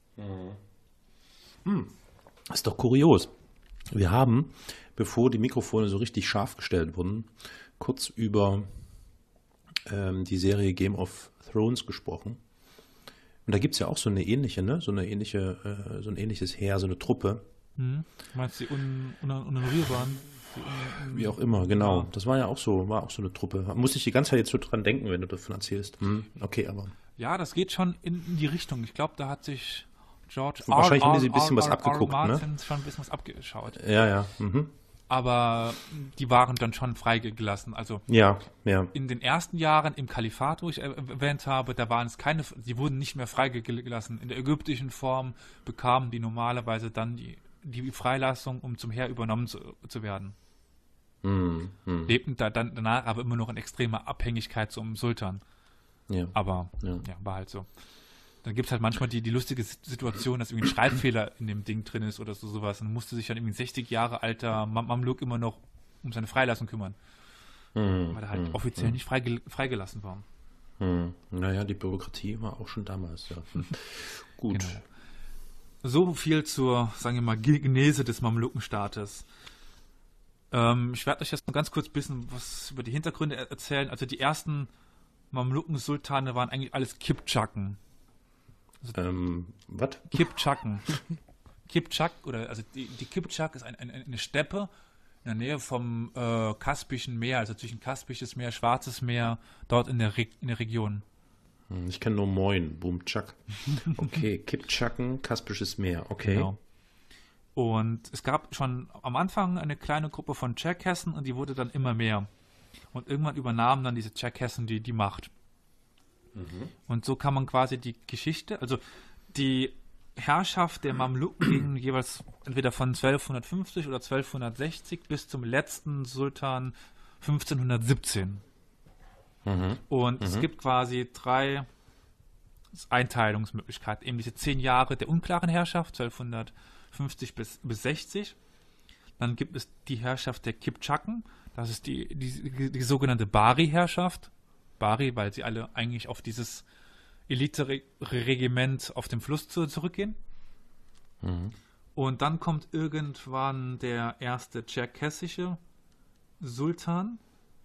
Das ist doch kurios. Wir haben, bevor die Mikrofone so richtig scharf gestellt wurden, kurz über die Serie Game of Thrones gesprochen. Und da gibt es ja auch so eine ähnliche, so ein ähnliches Heer, so eine Truppe. Meinst du die Unrührbaren? Wie auch immer, genau. Das war auch so eine Truppe. Muss ich die ganze Zeit jetzt so dran denken, wenn du davon erzählst. Okay, aber. Ja, das geht schon in die Richtung. Ich glaube, da hat sich George wahrscheinlich haben die ein bisschen was abgeguckt, Martin schon ein bisschen was abgeschaut. Ja. Aber die waren dann schon freigelassen. Also ja. In den ersten Jahren im Kalifat, wo ich erwähnt habe, da waren es die wurden nicht mehr freigelassen. In der ägyptischen Form bekamen die normalerweise dann die Freilassung, um zum Heer übernommen zu werden. Lebten dann danach aber immer noch in extremer Abhängigkeit zum Sultan. Ja. Aber war halt so. Dann gibt es halt manchmal die lustige Situation, dass irgendwie ein Schreibfehler in dem Ding drin ist oder sowas. Und musste sich dann irgendwie ein 60 Jahre alter Mamluk immer noch um seine Freilassung kümmern. Weil er halt offiziell nicht freigelassen war. Naja, die Bürokratie war auch schon damals, ja. Gut. Genau. So viel zur, sagen wir mal, Genese des Mamlukenstaates. Ich werde euch jetzt noch ganz kurz ein bisschen was über die Hintergründe erzählen. Also die ersten Mamluken-Sultane waren eigentlich alles Kipchaken. Was? Kipchaken. Also die Kipchak ist eine Steppe in der Nähe vom Kaspischen Meer, also zwischen Kaspisches Meer, Schwarzes Meer, dort in der Region. Ich kenne nur Moin, Boom Chak. Okay, Kipchaken, Kaspisches Meer, okay. Genau. Und es gab schon am Anfang eine kleine Gruppe von Tscherkessen und die wurde dann immer mehr. Und irgendwann übernahmen dann diese Tscherkessen die Macht. Und so kann man quasi die Geschichte, also die Herrschaft der Mamluken ging jeweils entweder von 1250 oder 1260 bis zum letzten Sultan 1517. Und es gibt quasi 3 Einteilungsmöglichkeiten. Eben diese 10 Jahre der unklaren Herrschaft, 1250 bis 60. Dann gibt es die Herrschaft der Kipchaken. Das ist die sogenannte Bari-Herrschaft. Bari, weil sie alle eigentlich auf dieses Elite-Regiment auf dem Fluss zurückgehen. Und dann kommt irgendwann der erste tscherkessische Sultan.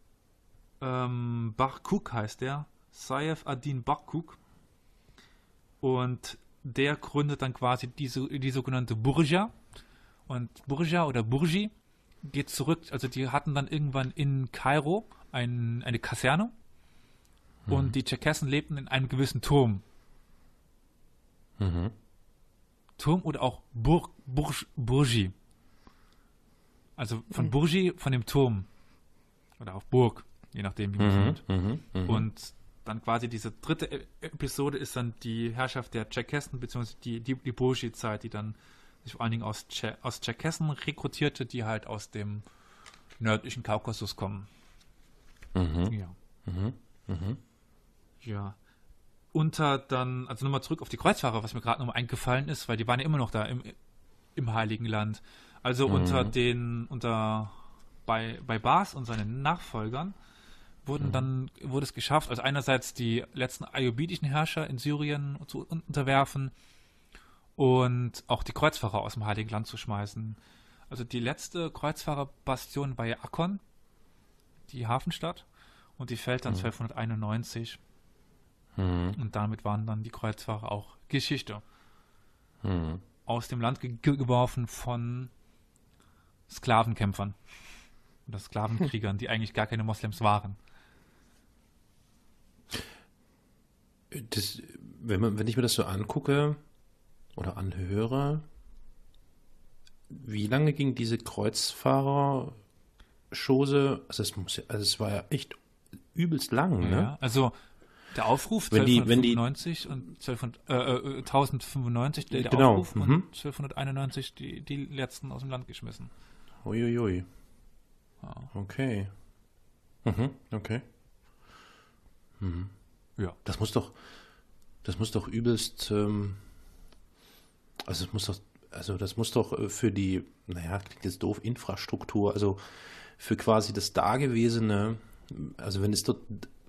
Barkuk heißt der. Saif ad-Din Barkuk. Und der gründet dann quasi die sogenannte Burja. Und Burja oder Burji geht zurück, also die hatten dann irgendwann in Kairo eine Kaserne. Und die Tscherkessen lebten in einem gewissen Turm. Turm oder auch Burji. Also von Burji, von dem Turm. Oder auch Burg, je nachdem, wie man findet. Und dann quasi diese dritte Episode ist dann die Herrschaft der Tscherkessen, beziehungsweise die Burji-Zeit, die dann sich vor allen Dingen aus Tscherkessen rekrutierte, die halt aus dem nördlichen Kaukasus kommen. Ja. Ja. Unter dann, also nochmal zurück auf die Kreuzfahrer, was mir gerade nochmal eingefallen ist, weil die waren ja immer noch da im Heiligen Land. Also bei Bas und seinen Nachfolgern wurde es geschafft, also einerseits die letzten ayyubidischen Herrscher in Syrien zu unterwerfen und auch die Kreuzfahrer aus dem Heiligen Land zu schmeißen. Also die letzte Kreuzfahrerbastion war ja Akkon, die Hafenstadt, und die fällt dann 1291. Und damit waren dann die Kreuzfahrer auch Geschichte. Aus dem Land geworfen von Sklavenkämpfern oder Sklavenkriegern, die eigentlich gar keine Moslems waren. Wenn ich mir das so angucke oder anhöre, wie lange ging diese Kreuzfahrer-Chose? Also es war ja echt übelst lang, ne? Ja, also der Aufruf 1295 und 1095, der genau. Aufruf und 1291 die letzten aus dem Land geschmissen. Uiuiui. Okay. Okay. Ja. Das muss doch übelst, das muss doch für die, naja, klingt jetzt doof, Infrastruktur, also für quasi das Dagewesene, also wenn es dort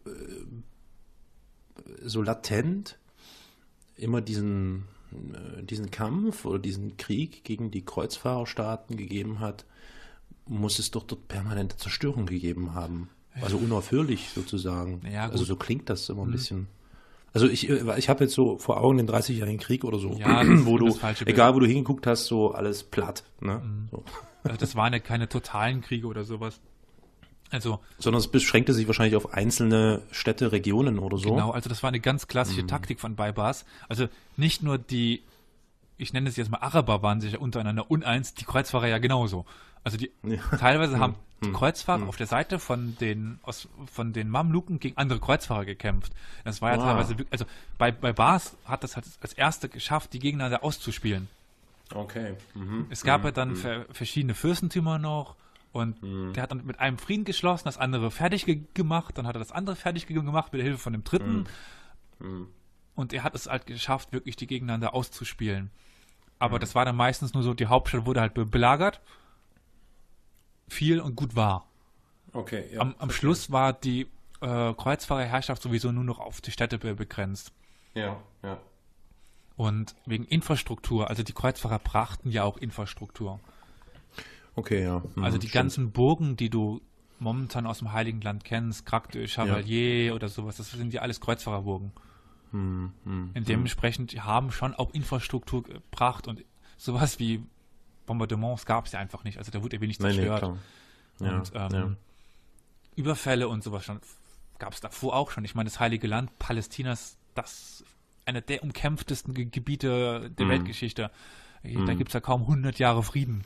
so latent immer diesen Kampf oder diesen Krieg gegen die Kreuzfahrerstaaten gegeben hat, muss es doch dort permanente Zerstörung gegeben haben. Also unaufhörlich sozusagen. Ja, gut. Also so klingt das immer ein bisschen. Also ich habe jetzt so vor Augen den 30-jährigen Krieg oder so, Ja, wo du, egal wo du hingeguckt hast, so alles platt. Ne? So. Also das waren ja keine totalen Kriege oder sowas. Also, sondern es beschränkte sich wahrscheinlich auf einzelne Städte, Regionen oder so. Genau, also das war eine ganz klassische Taktik von Baibars. Also nicht nur ich nenne es jetzt mal Araber, waren sich ja untereinander uneins, die Kreuzfahrer ja genauso. Also teilweise haben die Kreuzfahrer auf der Seite von den Mamluken gegen andere Kreuzfahrer gekämpft. Das war ja teilweise wirklich, also bei Bars hat das halt als Erste geschafft, die gegeneinander auszuspielen. Okay. Es gab ja dann verschiedene Fürstentümer noch. Und der hat dann mit einem Frieden geschlossen, das andere fertig gemacht, dann hat er das andere fertig gemacht mit der Hilfe von dem dritten. Und er hat es halt geschafft, wirklich die gegeneinander auszuspielen. Aber das war dann meistens nur so, die Hauptstadt wurde halt belagert, viel und gut war. Okay, ja. Am Schluss war die Kreuzfahrerherrschaft sowieso nur noch auf die Städte begrenzt. Ja. Und wegen Infrastruktur, also die Kreuzfahrer brachten ja auch Infrastruktur. Okay, ja. Also die ganzen Burgen, die du momentan aus dem Heiligen Land kennst, Kragdö, Chevalier oder sowas, das sind ja alles Kreuzfahrerburgen. Dementsprechend haben schon auch Infrastruktur gebracht und sowas wie Bombardements gab es ja einfach nicht. Also da wurde ja wenig zerstört. Und Überfälle und sowas gab es davor auch schon. Ich meine, das Heilige Land Palästinas, das einer der umkämpftesten Gebiete der Weltgeschichte. Da gibt es ja kaum 100 Jahre Frieden.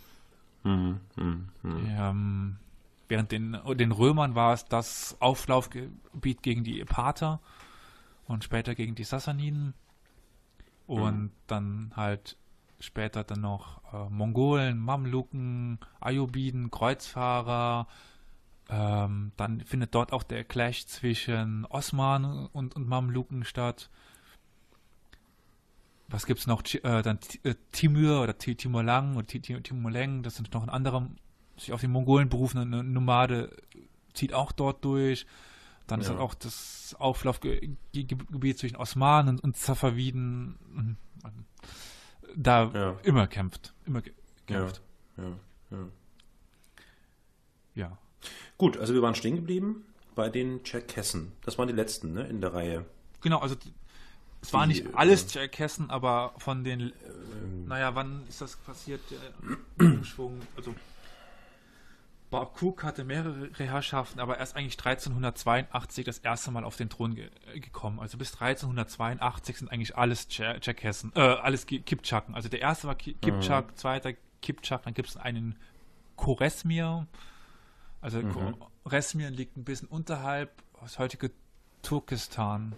Während den Römern war es das Auflaufgebiet gegen die Parther und später gegen die Sassaniden und dann halt später dann noch Mongolen, Mamluken, Ayyubiden, Kreuzfahrer. Dann findet dort auch der Clash zwischen Osmanen und Mamluken statt. Was gibt's noch? Dann Timur oder Timurlang oder Timurleng, das sind noch ein anderer, sich auf die Mongolen berufene Nomade, zieht auch dort durch. Dann ist halt auch das Auflaufgebiet zwischen Osmanen und Safaviden da immer kämpft. Ja. Gut, also wir waren stehen geblieben bei den Tscherkessen. Das waren die letzten, ne, in der Reihe. Genau, also es war nicht alles Tscherkessen, aber von den, wann ist das passiert? Der Umschwung, also Barkuk hatte mehrere Herrschaften, aber erst eigentlich 1382 das erste Mal auf den Thron gekommen. Also bis 1382 sind eigentlich alles Tscherkessen, alles Kiptschaken. Also der erste war Kiptschak, zweiter Kiptschak, dann gibt es einen Choresmir. Also Choresmir liegt ein bisschen unterhalb das heutige Turkestan.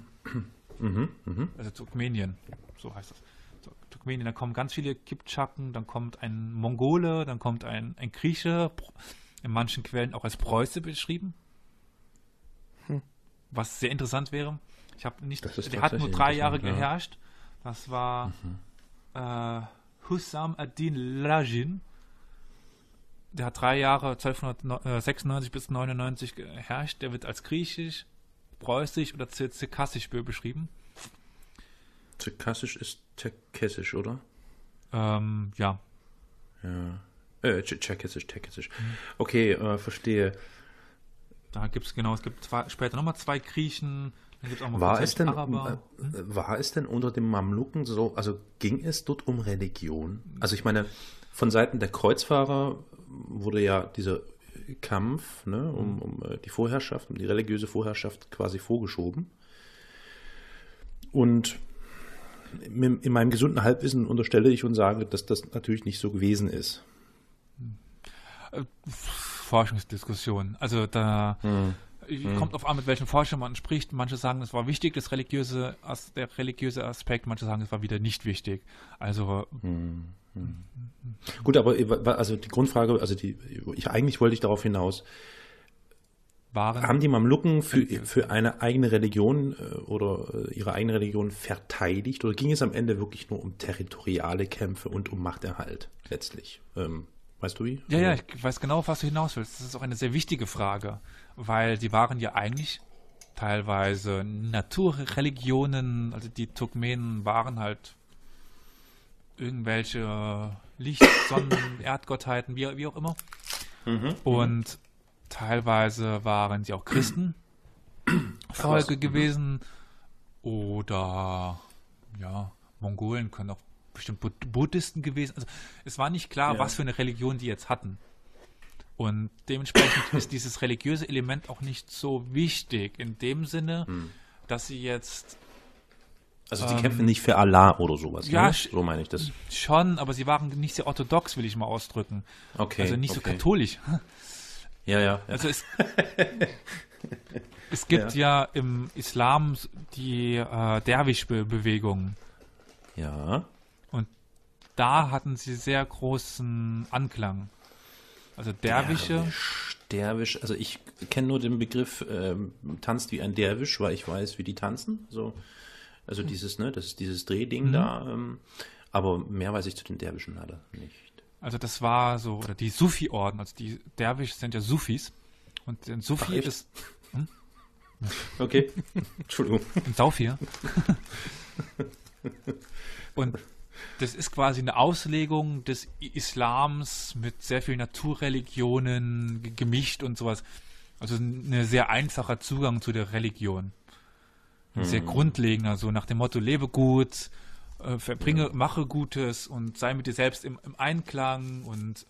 Also Turkmenien, so heißt das. Turkmenien, da kommen ganz viele Kiptschaken, dann kommt ein Mongole, dann kommt ein Grieche, in manchen Quellen auch als Preuße beschrieben. Was sehr interessant wäre. Der hat nur 3 Jahre geherrscht. Das war Hussam ad-Din Lajin. Der hat 3 Jahre, 1296 bis 99 geherrscht. Der wird als griechisch, preußisch oder zirkassisch beschrieben. Zirkassisch ist Tscherkessisch, oder? Ja. Tscherkessisch. Okay, verstehe. Da gibt es später nochmal 2 Griechen. Dann gibt's auch mal war es denn unter den Mamluken so, also ging es dort um Religion? Also ich meine, von Seiten der Kreuzfahrer wurde ja dieser Kampf, ne, um die Vorherrschaft, um die religiöse Vorherrschaft quasi vorgeschoben. Und in meinem gesunden Halbwissen unterstelle ich und sage, dass das natürlich nicht so gewesen ist. Forschungsdiskussion. Also da kommt auf an, mit welchen Forschern man spricht. Manche sagen, es war wichtig, der religiöse Aspekt. Manche sagen, es war wieder nicht wichtig. Also Gut, aber also die Grundfrage, eigentlich wollte ich darauf hinaus, haben die Mamluken für eine eigene Religion oder ihre eigene Religion verteidigt oder ging es am Ende wirklich nur um territoriale Kämpfe und um Machterhalt letztlich? Weißt du wie? Ja, ich weiß genau, auf was du hinaus willst. Das ist auch eine sehr wichtige Frage, weil die waren ja eigentlich teilweise Naturreligionen, also die Turkmenen waren halt irgendwelche Licht-, Sonnen-, Erdgottheiten, wie auch immer. Und teilweise waren sie auch Christenfolge gewesen oder Mongolen können auch bestimmt Buddhisten gewesen. Also es war nicht klar, was für eine Religion die jetzt hatten. Und dementsprechend ist dieses religiöse Element auch nicht so wichtig in dem Sinne, dass sie jetzt sie kämpfen nicht für Allah oder sowas, ja, ne? So meine ich das. Schon, aber sie waren nicht sehr orthodox, will ich mal ausdrücken. Okay. Also nicht so katholisch. Ja. Also es gibt ja im Islam die Derwisch-Bewegung. Ja. Und da hatten sie sehr großen Anklang. Also Derwische. Derwisch, also ich kenne nur den Begriff tanzt wie ein Derwisch, weil ich weiß, wie die tanzen. Also dieses, ne, das ist dieses Drehding da. Aber mehr weiß ich zu den Derwischen leider nicht. Also das war so, oder die Sufi-Orden, also die Derwisch sind ja Sufis. Und ein Sufi ist... Okay, Entschuldigung. Ein Saufir. Und das ist quasi eine Auslegung des Islams mit sehr vielen Naturreligionen gemischt und sowas. Also ein sehr einfacher Zugang zu der Religion. Ein sehr grundlegender, so nach dem Motto, lebe gut, mache Gutes und sei mit dir selbst im Einklang und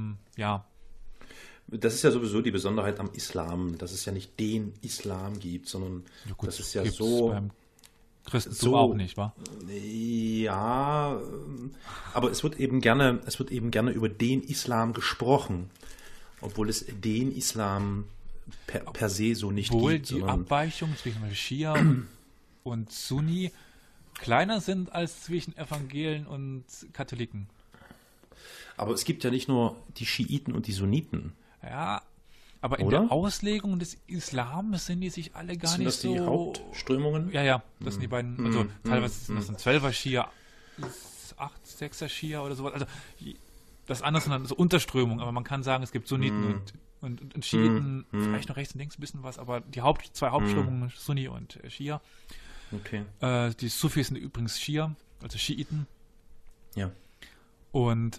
Das ist ja sowieso die Besonderheit am Islam, dass es ja nicht den Islam gibt, sondern das ist ja so... Christentum auch nicht, wa? Ja, aber es wird eben gerne über den Islam gesprochen, obwohl es den Islam per se so nicht Obwohl gibt. die Abweichungen zwischen Schia und Sunni kleiner sind als zwischen Evangelien und Katholiken. Aber es gibt ja nicht nur die Schiiten und die Sunniten. Ja, aber in Oder? der Auslegung des Islams sind die sich alle gar Sind nicht das so... die Hauptströmungen? Ja, das sind die beiden, also teilweise sind das ein 12er Schia, 8, 6er Schia oder sowas. Also das andere sind dann so Unterströmungen, aber man kann sagen, es gibt Sunniten und Schiiten, vielleicht noch rechts und links ein bisschen was, aber die zwei Hauptströmungen, Sunni und Schia. Okay. Die Sufis sind übrigens Schia, also Schiiten. Ja. Und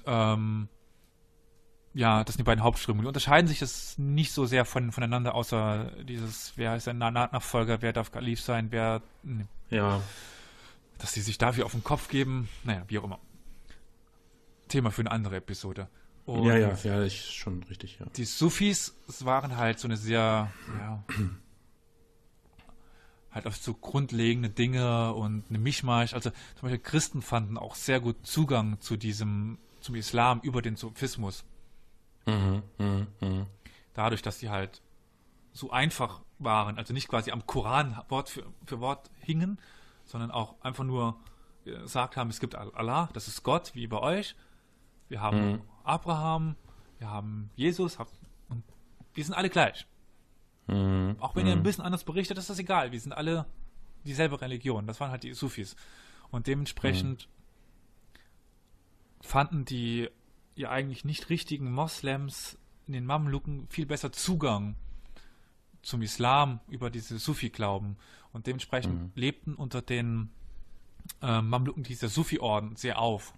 ja, das sind die beiden Hauptströmungen. Die unterscheiden sich das nicht so sehr voneinander, außer dieses, wer ist ein Nachfolger, wer darf Kalif sein, Ja. dass sie sich dafür auf den Kopf geben. Naja, wie auch immer. Thema für eine andere Episode. Und Ja, ist schon richtig, ja. die Sufis waren halt so eine sehr, halt auf so grundlegende Dinge und eine Mischmasch. Also zum Beispiel Christen fanden auch sehr gut Zugang zum Islam über den Sufismus. Dadurch, dass sie halt so einfach waren, also nicht quasi am Koran Wort für Wort hingen, sondern auch einfach nur gesagt haben, es gibt Allah, das ist Gott, wie bei euch. Wir haben Abraham, wir haben Jesus, und wir sind alle gleich. Auch wenn ihr ein bisschen anders berichtet, ist das egal. Wir sind alle dieselbe Religion. Das waren halt die Sufis. Und dementsprechend fanden die ja eigentlich nicht richtigen Moslems in den Mamluken viel besser Zugang zum Islam über diese Sufi-Glauben. Und dementsprechend lebten unter den Mamluken dieser Sufi-Orden sehr auf.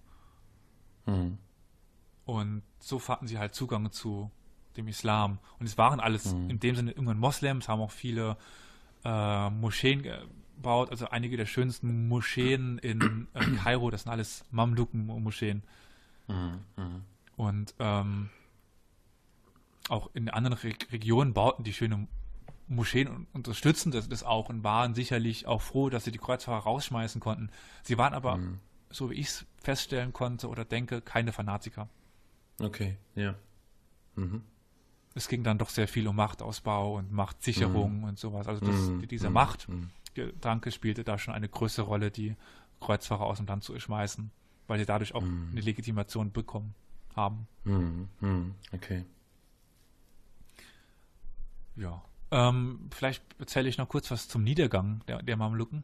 Und so fanden sie halt Zugang zu dem Islam. Und es waren alles in dem Sinne irgendwann Moslems, haben auch viele Moscheen gebaut, also einige der schönsten Moscheen in Kairo, das sind alles Mamluken-Moscheen. Und auch in anderen Regionen bauten die schöne Moscheen und unterstützten das auch und waren sicherlich auch froh, dass sie die Kreuzfahrer rausschmeißen konnten. Sie waren aber, so wie ich es feststellen konnte oder denke, keine Fanatiker. Okay, ja. Es ging dann doch sehr viel um Machtausbau und Machtsicherung und sowas. Also dieser Machtgedanke spielte da schon eine größere Rolle, die Kreuzfahrer aus dem Land zu schmeißen, weil sie dadurch auch eine Legitimation bekommen haben. Okay. Ja. Vielleicht erzähle ich noch kurz was zum Niedergang der Mamluken.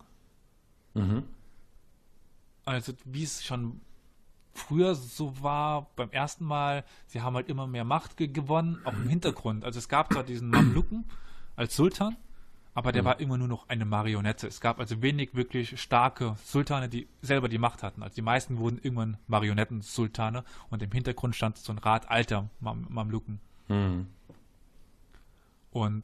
Also wie es schon früher so war, beim ersten Mal, sie haben halt immer mehr Macht gewonnen, auch im Hintergrund. Also es gab zwar diesen Mamluken als Sultan, aber der war immer nur noch eine Marionette. Es gab also wenig wirklich starke Sultane, die selber die Macht hatten. Also die meisten wurden irgendwann Marionetten-Sultane und im Hintergrund stand so ein Rat alter Mamluken. Und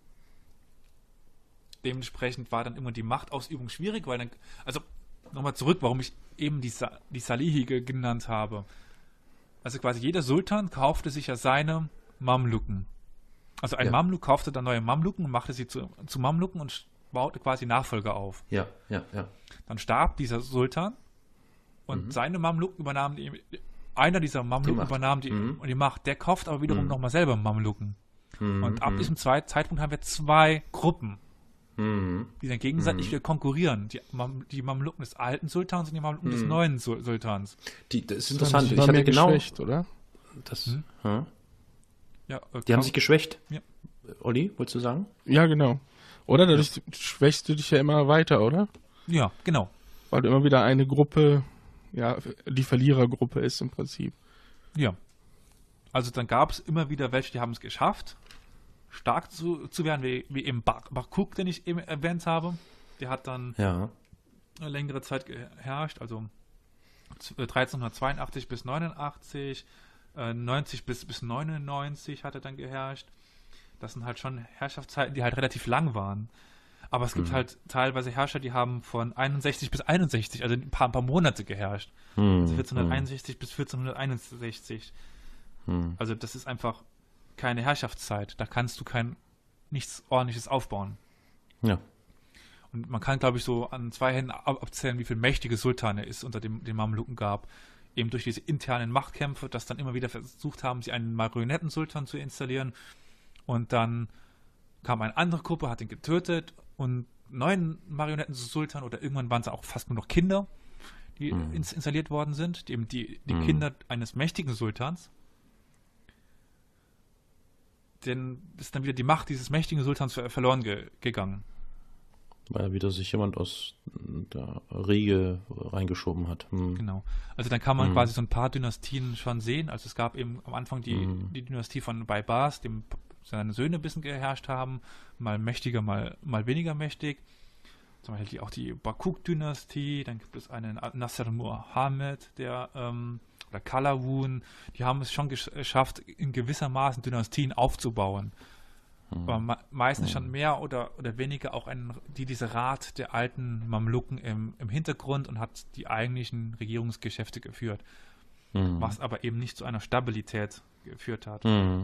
dementsprechend war dann immer die Machtausübung schwierig, weil dann, also nochmal zurück, warum ich eben die Salihi genannt habe. Also quasi jeder Sultan kaufte sich ja seine Mamluken. Also ein Mamluk kaufte dann neue Mamluken und machte sie zu Mamluken und baute quasi Nachfolger auf. Ja. Dann starb dieser Sultan und seine Mamluken übernahmen einer dieser Mamluken übernahm die Macht. Der kauft aber wiederum nochmal selber Mamluken. Und ab diesem Zeitpunkt haben wir zwei Gruppen, die dann gegenseitig wieder konkurrieren. Die Mamluken des alten Sultans und die Mamluken des neuen Sultans. Das ist interessant. Ich hatte geschwächt, oder? Ja, die haben sich geschwächt. Ja. Olli, wolltest du sagen? Ja, genau. Oder dadurch schwächst du dich ja immer weiter, oder? Ja, genau. Weil du immer wieder eine Gruppe, die Verlierergruppe ist im Prinzip. Ja. Also dann gab es immer wieder welche, die haben es geschafft, stark zu werden, wie eben Barkuk, den ich eben erwähnt habe. Der hat dann eine längere Zeit geherrscht, also 1382 bis 89, 90 bis 99 hat er dann geherrscht. Das sind halt schon Herrschaftszeiten, die halt relativ lang waren. Aber es gibt halt teilweise Herrscher, die haben von 61 bis 61, also ein paar Monate geherrscht. Also 1461 bis 1461. Also das ist einfach keine Herrschaftszeit. Da kannst du nichts Ordentliches aufbauen. Ja. Und man kann, glaube ich, so an 2 Händen abzählen, wie viele mächtige Sultane es unter den Mamluken gab. Eben durch diese internen Machtkämpfe, dass dann immer wieder versucht haben, sie einen Marionettensultan zu installieren. Und dann kam eine andere Gruppe, hat ihn getötet und neuen Marionettensultan, oder irgendwann waren es auch fast nur noch Kinder, die installiert worden sind, die Kinder eines mächtigen Sultans. Denn ist dann wieder die Macht dieses mächtigen Sultans verloren gegangen. Weil wieder sich jemand aus der Riege reingeschoben hat. Genau. Also dann kann man quasi so ein paar Dynastien schon sehen. Also es gab eben am Anfang die Dynastie von Baibars, dem seine Söhne ein bisschen geherrscht haben, mal mächtiger, mal weniger mächtig. Zum Beispiel auch die Bakuk-Dynastie, dann gibt es einen Nasser Muhammad, oder Kalawun, die haben es schon geschafft, in gewissermaßen Dynastien aufzubauen. Aber meistens schon mehr oder weniger auch dieser Rat der alten Mamluken im Hintergrund und hat die eigentlichen Regierungsgeschäfte geführt. Was aber eben nicht zu einer Stabilität geführt hat.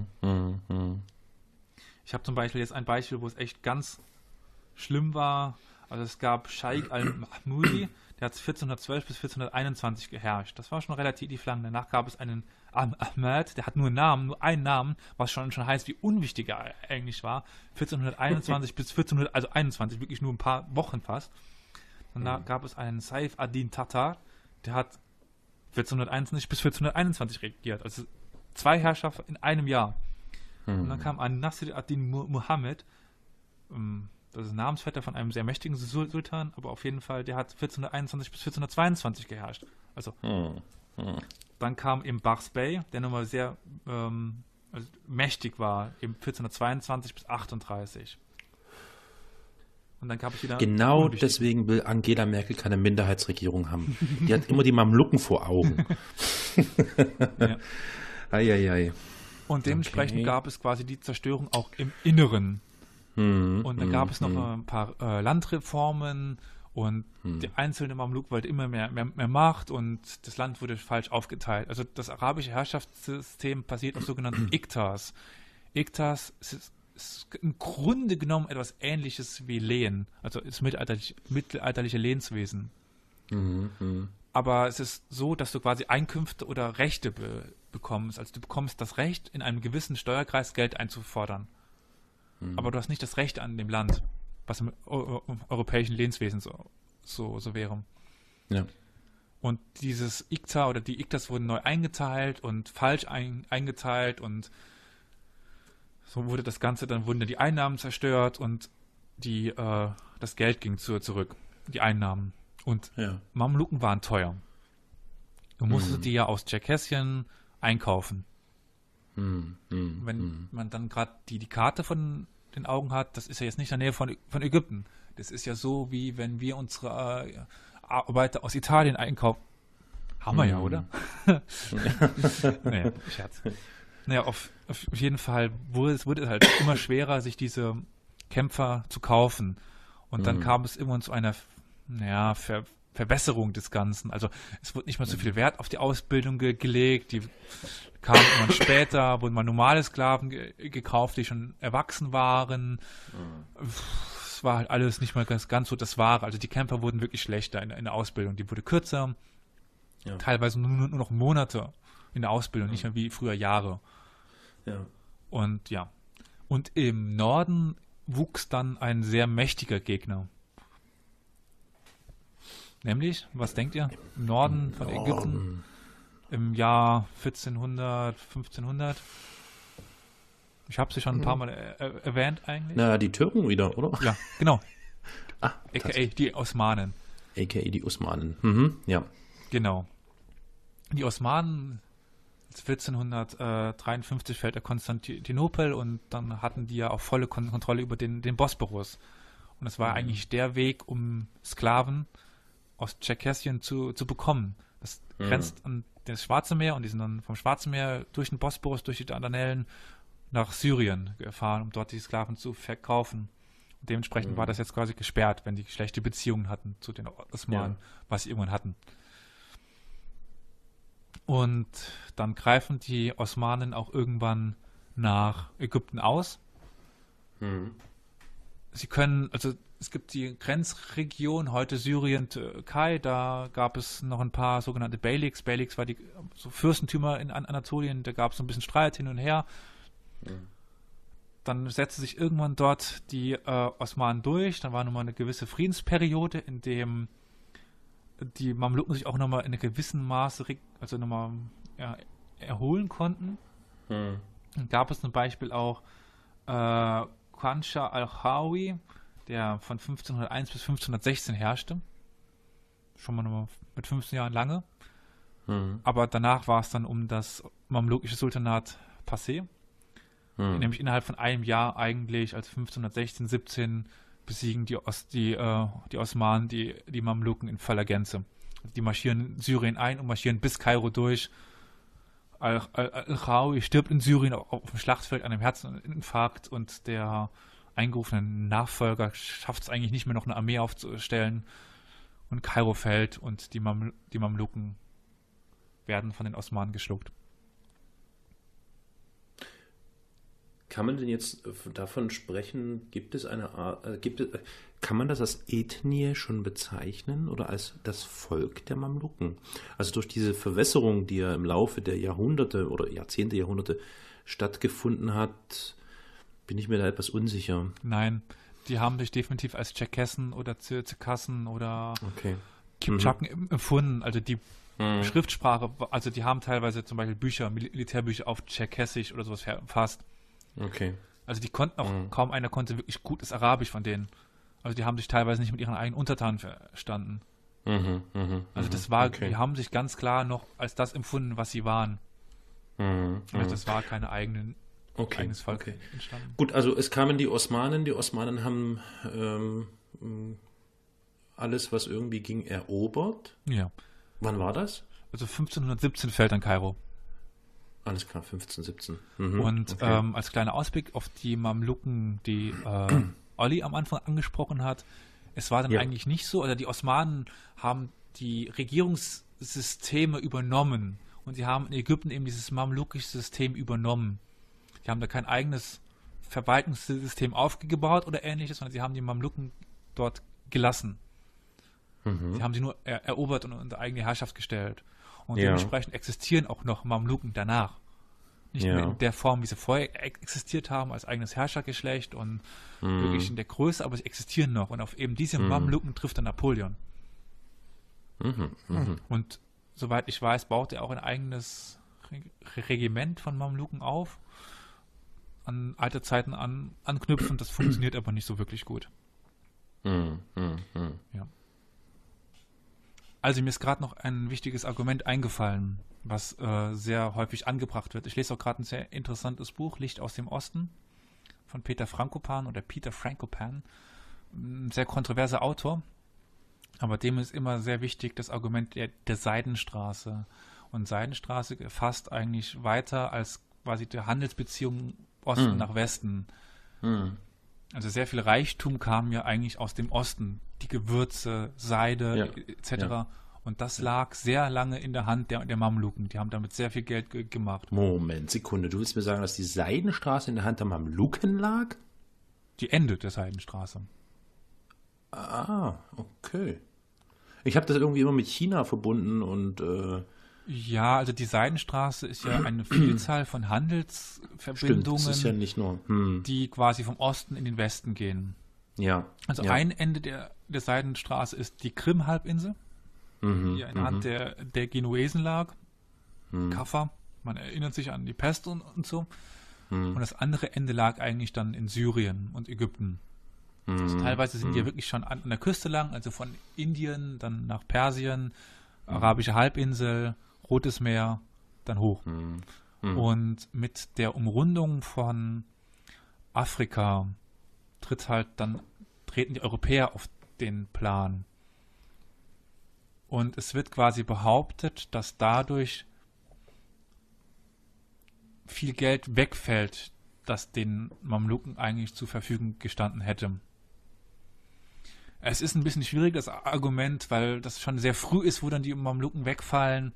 Ich habe zum Beispiel jetzt ein Beispiel, wo es echt ganz schlimm war. Also es gab Scheich al-Mahmudi, der hat 1412 bis 1421 geherrscht. Das war schon relativ lang. Danach gab es einen Ahmed, der hat nur einen Namen, was schon heißt, wie unwichtig er eigentlich war. 1421 bis 1421, wirklich nur ein paar Wochen fast. Danach gab es einen Saif ad-Din Tatar, der hat 1421 bis 1421 regiert. Also 2 Herrscher in einem Jahr. Und dann kam ein Nasir ad-Din Muhammad, das ist Namensvetter von einem sehr mächtigen Sultan, aber auf jeden Fall, der hat 1421 bis 1422 geherrscht. Also, dann kam eben Bars Bey, der nochmal sehr mächtig war, eben 1422 bis 38. Und dann gab es wieder... Genau deswegen will Angela Merkel keine Minderheitsregierung haben. Die hat immer die Mamluken vor Augen. Ja. Eieiei. Und dementsprechend gab es quasi die Zerstörung auch im Inneren. Und dann gab es noch ein paar Landreformen und der einzelne Mamluk wollte immer mehr Macht und das Land wurde falsch aufgeteilt. Also das arabische Herrschaftssystem basiert auf sogenannten Iktas. Iktas ist im Grunde genommen etwas Ähnliches wie Lehen, also das mittelalterliche Lehenswesen. Aber es ist so, dass du quasi Einkünfte oder Rechte bekommst. Also du bekommst das Recht, in einem gewissen Steuerkreis Geld einzufordern. Aber du hast nicht das Recht an dem Land, was im europäischen Lehenswesen so wäre. Ja. Und dieses Ikta oder die Iktas wurden neu eingeteilt und falsch eingeteilt und so wurde das Ganze, dann wurden die Einnahmen zerstört und das Geld ging zurück, die Einnahmen. Und Mamluken waren teuer. Du musstest die ja aus Tscherkessien einkaufen. Wenn man dann gerade die Karte von den Augen hat, das ist ja jetzt nicht in der Nähe von Ägypten. Das ist ja so, wie wenn wir unsere Arbeiter aus Italien einkaufen. Haben wir ja, oder? Naja, Scherz. Naja, auf jeden Fall wurde es halt immer schwerer, sich diese Kämpfer zu kaufen. Und dann kam es irgendwann zu einer Verbesserung des Ganzen. Also es wurde nicht mehr so viel Wert auf die Ausbildung gelegt. Die kamen irgendwann später, wurden mal normale Sklaven gekauft, die schon erwachsen waren. Es war halt alles nicht mehr ganz so das Wahre. Also die Kämpfer wurden wirklich schlechter in der Ausbildung. Die wurde kürzer, teilweise nur noch Monate in der Ausbildung, nicht mehr wie früher Jahre. Ja. Und im Norden wuchs dann ein sehr mächtiger Gegner. Nämlich, was denkt ihr? Im Norden von Ägypten im Jahr 1400, 1500? Ich habe sie schon ein paar Mal erwähnt eigentlich. Na, die Türken wieder, oder? Ja, genau. AKA die Osmanen. AKA die Osmanen, ja. Genau. Die Osmanen, 1453 fällt der Konstantinopel und dann hatten die ja auch volle Kontrolle über den Bosporus. Und das war eigentlich der Weg, um Sklaven aus Tscherkessien zu bekommen. Das grenzt an das Schwarze Meer und die sind dann vom Schwarzen Meer durch den Bosporus, durch die Dardanellen nach Syrien gefahren, um dort die Sklaven zu verkaufen. Und dementsprechend war das jetzt quasi gesperrt, wenn die schlechte Beziehungen hatten zu den Osmanen, was sie irgendwann hatten. Und dann greifen die Osmanen auch irgendwann nach Ägypten aus. Sie können, also es gibt die Grenzregion, heute Syrien, Türkei, da gab es noch ein paar sogenannte Beyliks. Beyliks war die so Fürstentümer in Anatolien, da gab es so ein bisschen Streit hin und her. Dann setzte sich irgendwann dort die Osmanen durch, dann war nochmal eine gewisse Friedensperiode, in dem die Mamluken sich auch nochmal in einem gewissen Maße nochmal erholen konnten. Dann gab es zum Beispiel auch Qansha al-Khawi, der von 1501 bis 1516 herrschte. Schon mal nochmal mit 15 Jahren lange. Aber danach war es dann um das mamlukische Sultanat passé. Nämlich innerhalb von einem Jahr eigentlich, also 1516, 17, besiegen die Osmanen die Mamluken in voller Gänze. Die marschieren in Syrien ein und marschieren bis Kairo durch. Al-Khawi stirbt in Syrien auf dem Schlachtfeld an einem Herzinfarkt und der eingerufene Nachfolger schafft es eigentlich nicht mehr, noch eine Armee aufzustellen, und Kairo fällt und die Mamluken werden von den Osmanen geschluckt. Kann man denn jetzt davon sprechen, kann man das als Ethnie schon bezeichnen oder als das Volk der Mamluken? Also durch diese Verwässerung, die ja im Laufe der Jahrhunderte oder Jahrzehnte stattgefunden hat, bin ich mir da etwas unsicher. Nein, die haben sich definitiv als Tscherkessen oder Tsirkassen oder Kipchaken empfunden. Also die Schriftsprache, also die haben teilweise zum Beispiel Militärbücher auf Tscherkessisch oder sowas verfasst. Okay. Also die konnten auch, kaum einer konnte wirklich gutes Arabisch von denen. Also die haben sich teilweise nicht mit ihren eigenen Untertanen verstanden. Also das war, die haben sich ganz klar noch als das empfunden, was sie waren. Also das war keine eigenes Volk entstanden. Gut, also es kamen die Osmanen. Die Osmanen haben alles, was irgendwie ging, erobert. Ja. Wann war das? Also 1517 fällt dann Kairo. Alles klar, 1517. Und als kleiner Ausblick auf die Mamluken, die Olli am Anfang angesprochen hat, es war dann eigentlich nicht so, oder die Osmanen haben die Regierungssysteme übernommen und sie haben in Ägypten eben dieses mamlukische System übernommen. Die haben da kein eigenes Verwaltungssystem aufgebaut oder ähnliches, sondern sie haben die Mamluken dort gelassen. Sie haben sie nur erobert und unter eigene Herrschaft gestellt. Und dementsprechend existieren auch noch Mamluken danach. Nicht mehr in der Form, wie sie vorher existiert haben, als eigenes Herrschergeschlecht und wirklich in der Größe, aber sie existieren noch. Und auf eben diese Mamluken trifft dann Napoleon. Und soweit ich weiß, baut er auch ein eigenes Regiment von Mamluken auf, an alte Zeiten anknüpfen. Das funktioniert aber nicht so wirklich gut. Ja. Also mir ist gerade noch ein wichtiges Argument eingefallen, was sehr häufig angebracht wird. Ich lese auch gerade ein sehr interessantes Buch, Licht aus dem Osten, von Peter Frankopan. Ein sehr kontroverser Autor, aber dem ist immer sehr wichtig das Argument der Seidenstraße. Und Seidenstraße fasst eigentlich weiter als quasi die Handelsbeziehungen Osten nach Westen. Also sehr viel Reichtum kam ja eigentlich aus dem Osten. Die Gewürze, Seide etc. Ja. Und das lag sehr lange in der Hand der Mamluken. Die haben damit sehr viel Geld gemacht. Moment, Sekunde. Du willst mir sagen, dass die Seidenstraße in der Hand der Mamluken lag? Die Ende der Seidenstraße. Ah, okay. Ich habe das irgendwie immer mit China verbunden und ja, also die Seidenstraße ist ja eine Vielzahl von Handelsverbindungen, das ist ja nicht nur, die quasi vom Osten in den Westen gehen. Ja. Also ein Ende der Seidenstraße ist die Krim-Halbinsel, die in der Hand der Genuesen lag. Kaffa, man erinnert sich an die Pest und so. Und das andere Ende lag eigentlich dann in Syrien und Ägypten. Also teilweise sind die ja wirklich schon an der Küste lang, also von Indien, dann nach Persien, Arabische Halbinsel, Rotes Meer, dann hoch. Und mit der Umrundung von Afrika treten die Europäer auf den Plan. Und es wird quasi behauptet, dass dadurch viel Geld wegfällt, das den Mamluken eigentlich zur Verfügung gestanden hätte. Es ist ein bisschen schwierig, das Argument, weil das schon sehr früh ist, wo dann die Mamluken wegfallen.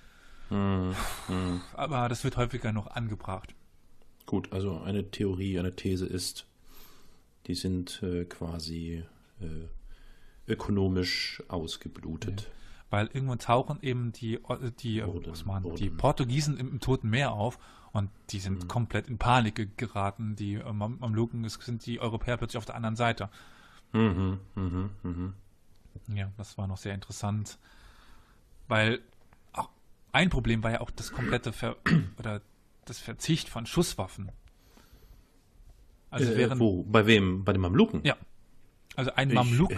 Aber das wird häufiger noch angebracht. Gut, also eine These ist, die sind quasi ökonomisch ausgeblutet. Ja. Weil irgendwann tauchen eben die Portugiesen im Toten Meer auf und die sind komplett in Panik geraten. Die Mamluken, es sind die Europäer plötzlich auf der anderen Seite. Ja, das war noch sehr interessant. Weil auch ein Problem war ja auch das komplette das Verzicht von Schusswaffen. Also wo? Bei wem? Bei den Mamluken? Ja. Also ein Mamluk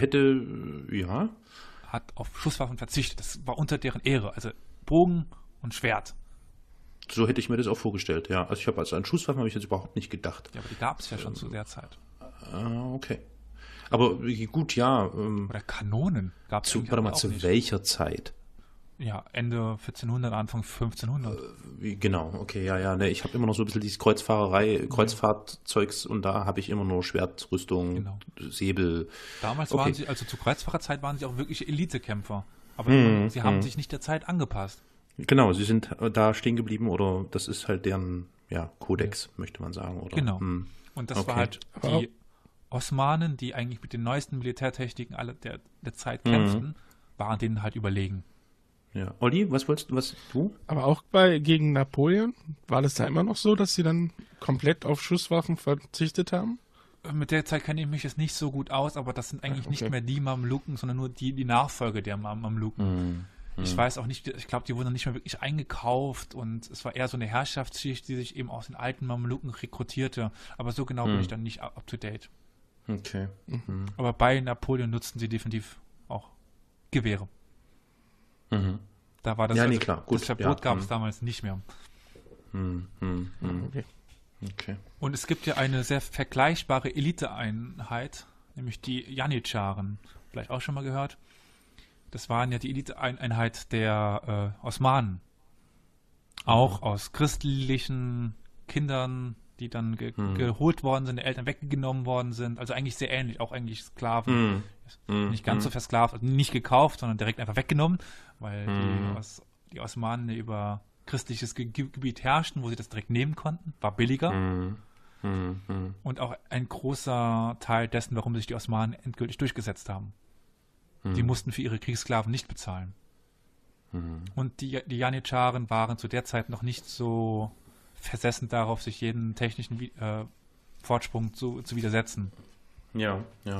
hat auf Schusswaffen verzichtet. Das war unter deren Ehre. Also Bogen und Schwert. So hätte ich mir das auch vorgestellt, ja. Also an Schusswaffen habe ich jetzt überhaupt nicht gedacht. Ja, aber die gab es ja schon zu der Zeit. Okay. Aber gut, ja. Oder Kanonen gab es zu welcher Zeit? Ja, Ende 1400, Anfang 1500. Genau, okay, ja. Ne, ich habe immer noch so ein bisschen dieses Kreuzfahrtzeugs und da habe ich immer nur Schwertrüstung, Säbel. Damals waren sie, also zu Kreuzfahrerzeit waren sie auch wirklich Elitekämpfer. Aber sie haben sich nicht der Zeit angepasst. Genau, sie sind da stehen geblieben oder das ist halt deren Kodex, möchte man sagen. Oder? Genau. Und das war halt die Osmanen, die eigentlich mit den neuesten Militärtechniken der Zeit kämpften, waren denen halt überlegen. Ja. Olli, was du? Aber auch gegen Napoleon, war das da immer noch so, dass sie dann komplett auf Schusswaffen verzichtet haben? Mit der Zeit kenne ich mich jetzt nicht so gut aus, aber das sind eigentlich nicht mehr die Mamluken, sondern nur die Nachfolge der Mamluken. Ich weiß auch nicht, ich glaube, die wurden nicht mehr wirklich eingekauft und es war eher so eine Herrschaftsschicht, die sich eben aus den alten Mamluken rekrutierte. Aber so genau bin ich dann nicht up to date. Okay. Aber bei Napoleon nutzten sie definitiv auch Gewehre. Da war das, klar. Gut, das Verbot gab es damals nicht mehr. Okay. Und es gibt ja eine sehr vergleichbare Eliteeinheit, nämlich die Janitscharen. Vielleicht auch schon mal gehört. Das waren ja die Eliteeinheit der Osmanen. Auch aus christlichen Kindern, die dann geholt worden sind, der Eltern weggenommen worden sind. Also eigentlich sehr ähnlich, auch eigentlich Sklaven. Nicht ganz so versklavt, also nicht gekauft, sondern direkt einfach weggenommen, weil die Osmanen über christliches Gebiet herrschten, wo sie das direkt nehmen konnten. War billiger. Und auch ein großer Teil dessen, warum sich die Osmanen endgültig durchgesetzt haben. Die mussten für ihre Kriegssklaven nicht bezahlen. Und die Janitscharen waren zu der Zeit noch nicht so versessen darauf, sich jeden technischen Fortsprung zu widersetzen. Ja.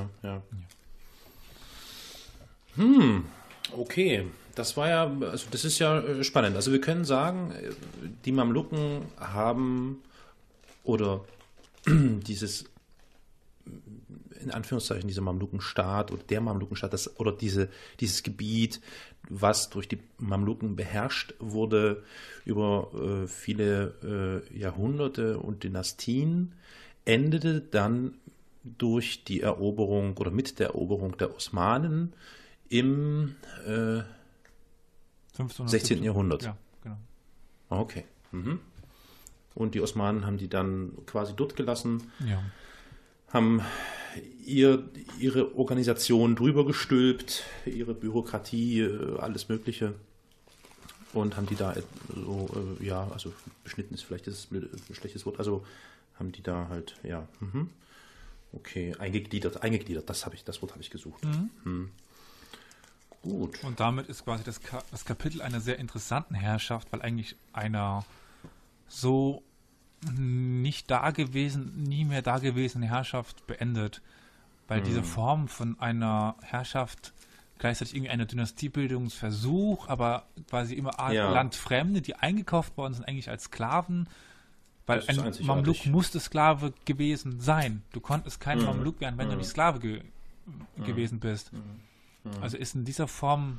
Okay. Das ist ja spannend. Also wir können sagen, die Mamluken haben oder dieses in Anführungszeichen dieser Mamlukenstaat oder der Mamlukenstaat dieses Gebiet, was durch die Mamluken beherrscht wurde über viele Jahrhunderte und Dynastien, endete dann durch die Eroberung oder mit der Eroberung der Osmanen im 16. Jahrhundert. Ja, genau. Okay. Und die Osmanen haben die dann quasi dort gelassen, haben ihre Organisation drüber gestülpt, ihre Bürokratie, alles Mögliche und haben die da also beschnitten ist vielleicht ein schlechtes Wort, also haben die da halt, okay, eingegliedert, das Wort habe ich gesucht. Gut. Und damit ist quasi das Kapitel einer sehr interessanten Herrschaft, weil eigentlich einer so nie mehr dagewesene Herrschaft beendet, weil diese Form von einer Herrschaft gleichzeitig irgendwie eine Dynastiebildungsversuch, aber quasi immer Landfremde, die eingekauft worden sind, eigentlich als Sklaven, weil ein Mamluk musste Sklave gewesen sein. Du konntest kein Mamluk werden, wenn du nicht Sklave gewesen bist. Also ist in dieser Form,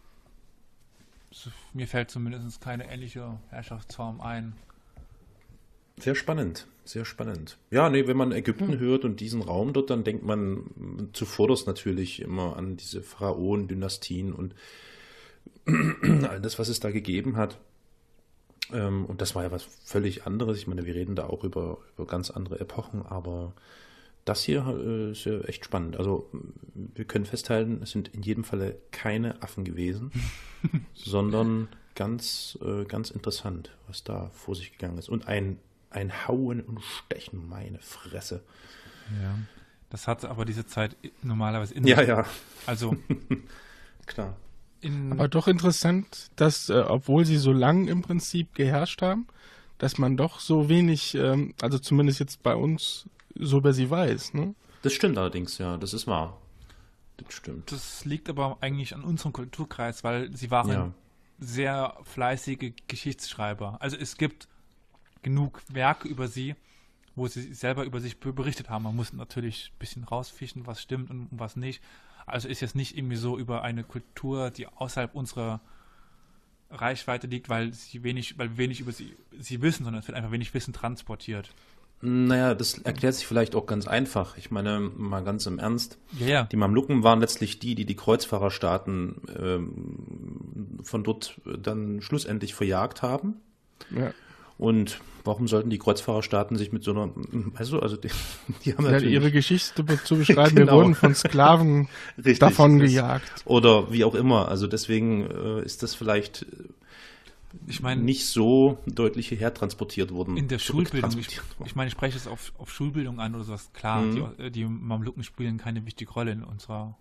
mir fällt zumindest keine ähnliche Herrschaftsform ein. Sehr spannend, sehr spannend. Ja, nee, wenn man Ägypten hört und diesen Raum dort, dann denkt man zuvorderst natürlich immer an diese Pharaonen-Dynastien und all das, was es da gegeben hat. Und das war ja was völlig anderes. Ich meine, wir reden da auch über ganz andere Epochen, aber das hier ist ja echt spannend. Also wir können festhalten, es sind in jedem Falle keine Affen gewesen, sondern ganz interessant, was da vor sich gegangen ist. Und ein Hauen und Stechen, meine Fresse. Ja, Das hat aber diese Zeit normalerweise in Ja, sich. ja, Also klar. Aber doch interessant, dass, obwohl sie so lang im Prinzip geherrscht haben, dass man doch so wenig, also zumindest jetzt bei uns, so über sie weiß, ne? Das stimmt allerdings, ja, das ist wahr. Das stimmt. das liegt aber eigentlich an unserem Kulturkreis, weil sie waren Ja. sehr fleißige Geschichtsschreiber. Also es gibt genug Werke über sie, wo sie selber über sich berichtet haben. Man muss natürlich ein bisschen rausfischen, was stimmt und was nicht. Also ist jetzt nicht irgendwie so über eine Kultur, die außerhalb unserer Reichweite liegt, weil wir wenig über sie wissen, sondern es wird einfach wenig Wissen transportiert. Naja, das erklärt sich vielleicht auch ganz einfach. Ich meine, mal ganz im Ernst. Ja, ja. Die Mamluken waren letztlich die Kreuzfahrerstaaten von dort dann schlussendlich verjagt haben. Ja. Und warum sollten die Kreuzfahrerstaaten sich mit so einer, also die haben Ja, natürlich ihre Geschichte zu beschreiben, Genau. wir wurden von Sklaven richtig, davon das- gejagt. oder wie auch immer. Also deswegen ist das vielleicht Ich meine, nicht so deutlich hierher transportiert worden. in der Schulbildung, zurücktransportiert worden. ich meine, ich spreche es auf Schulbildung an oder sowas. Klar, Mhm. die Mamluken spielen keine wichtige Rolle in unserem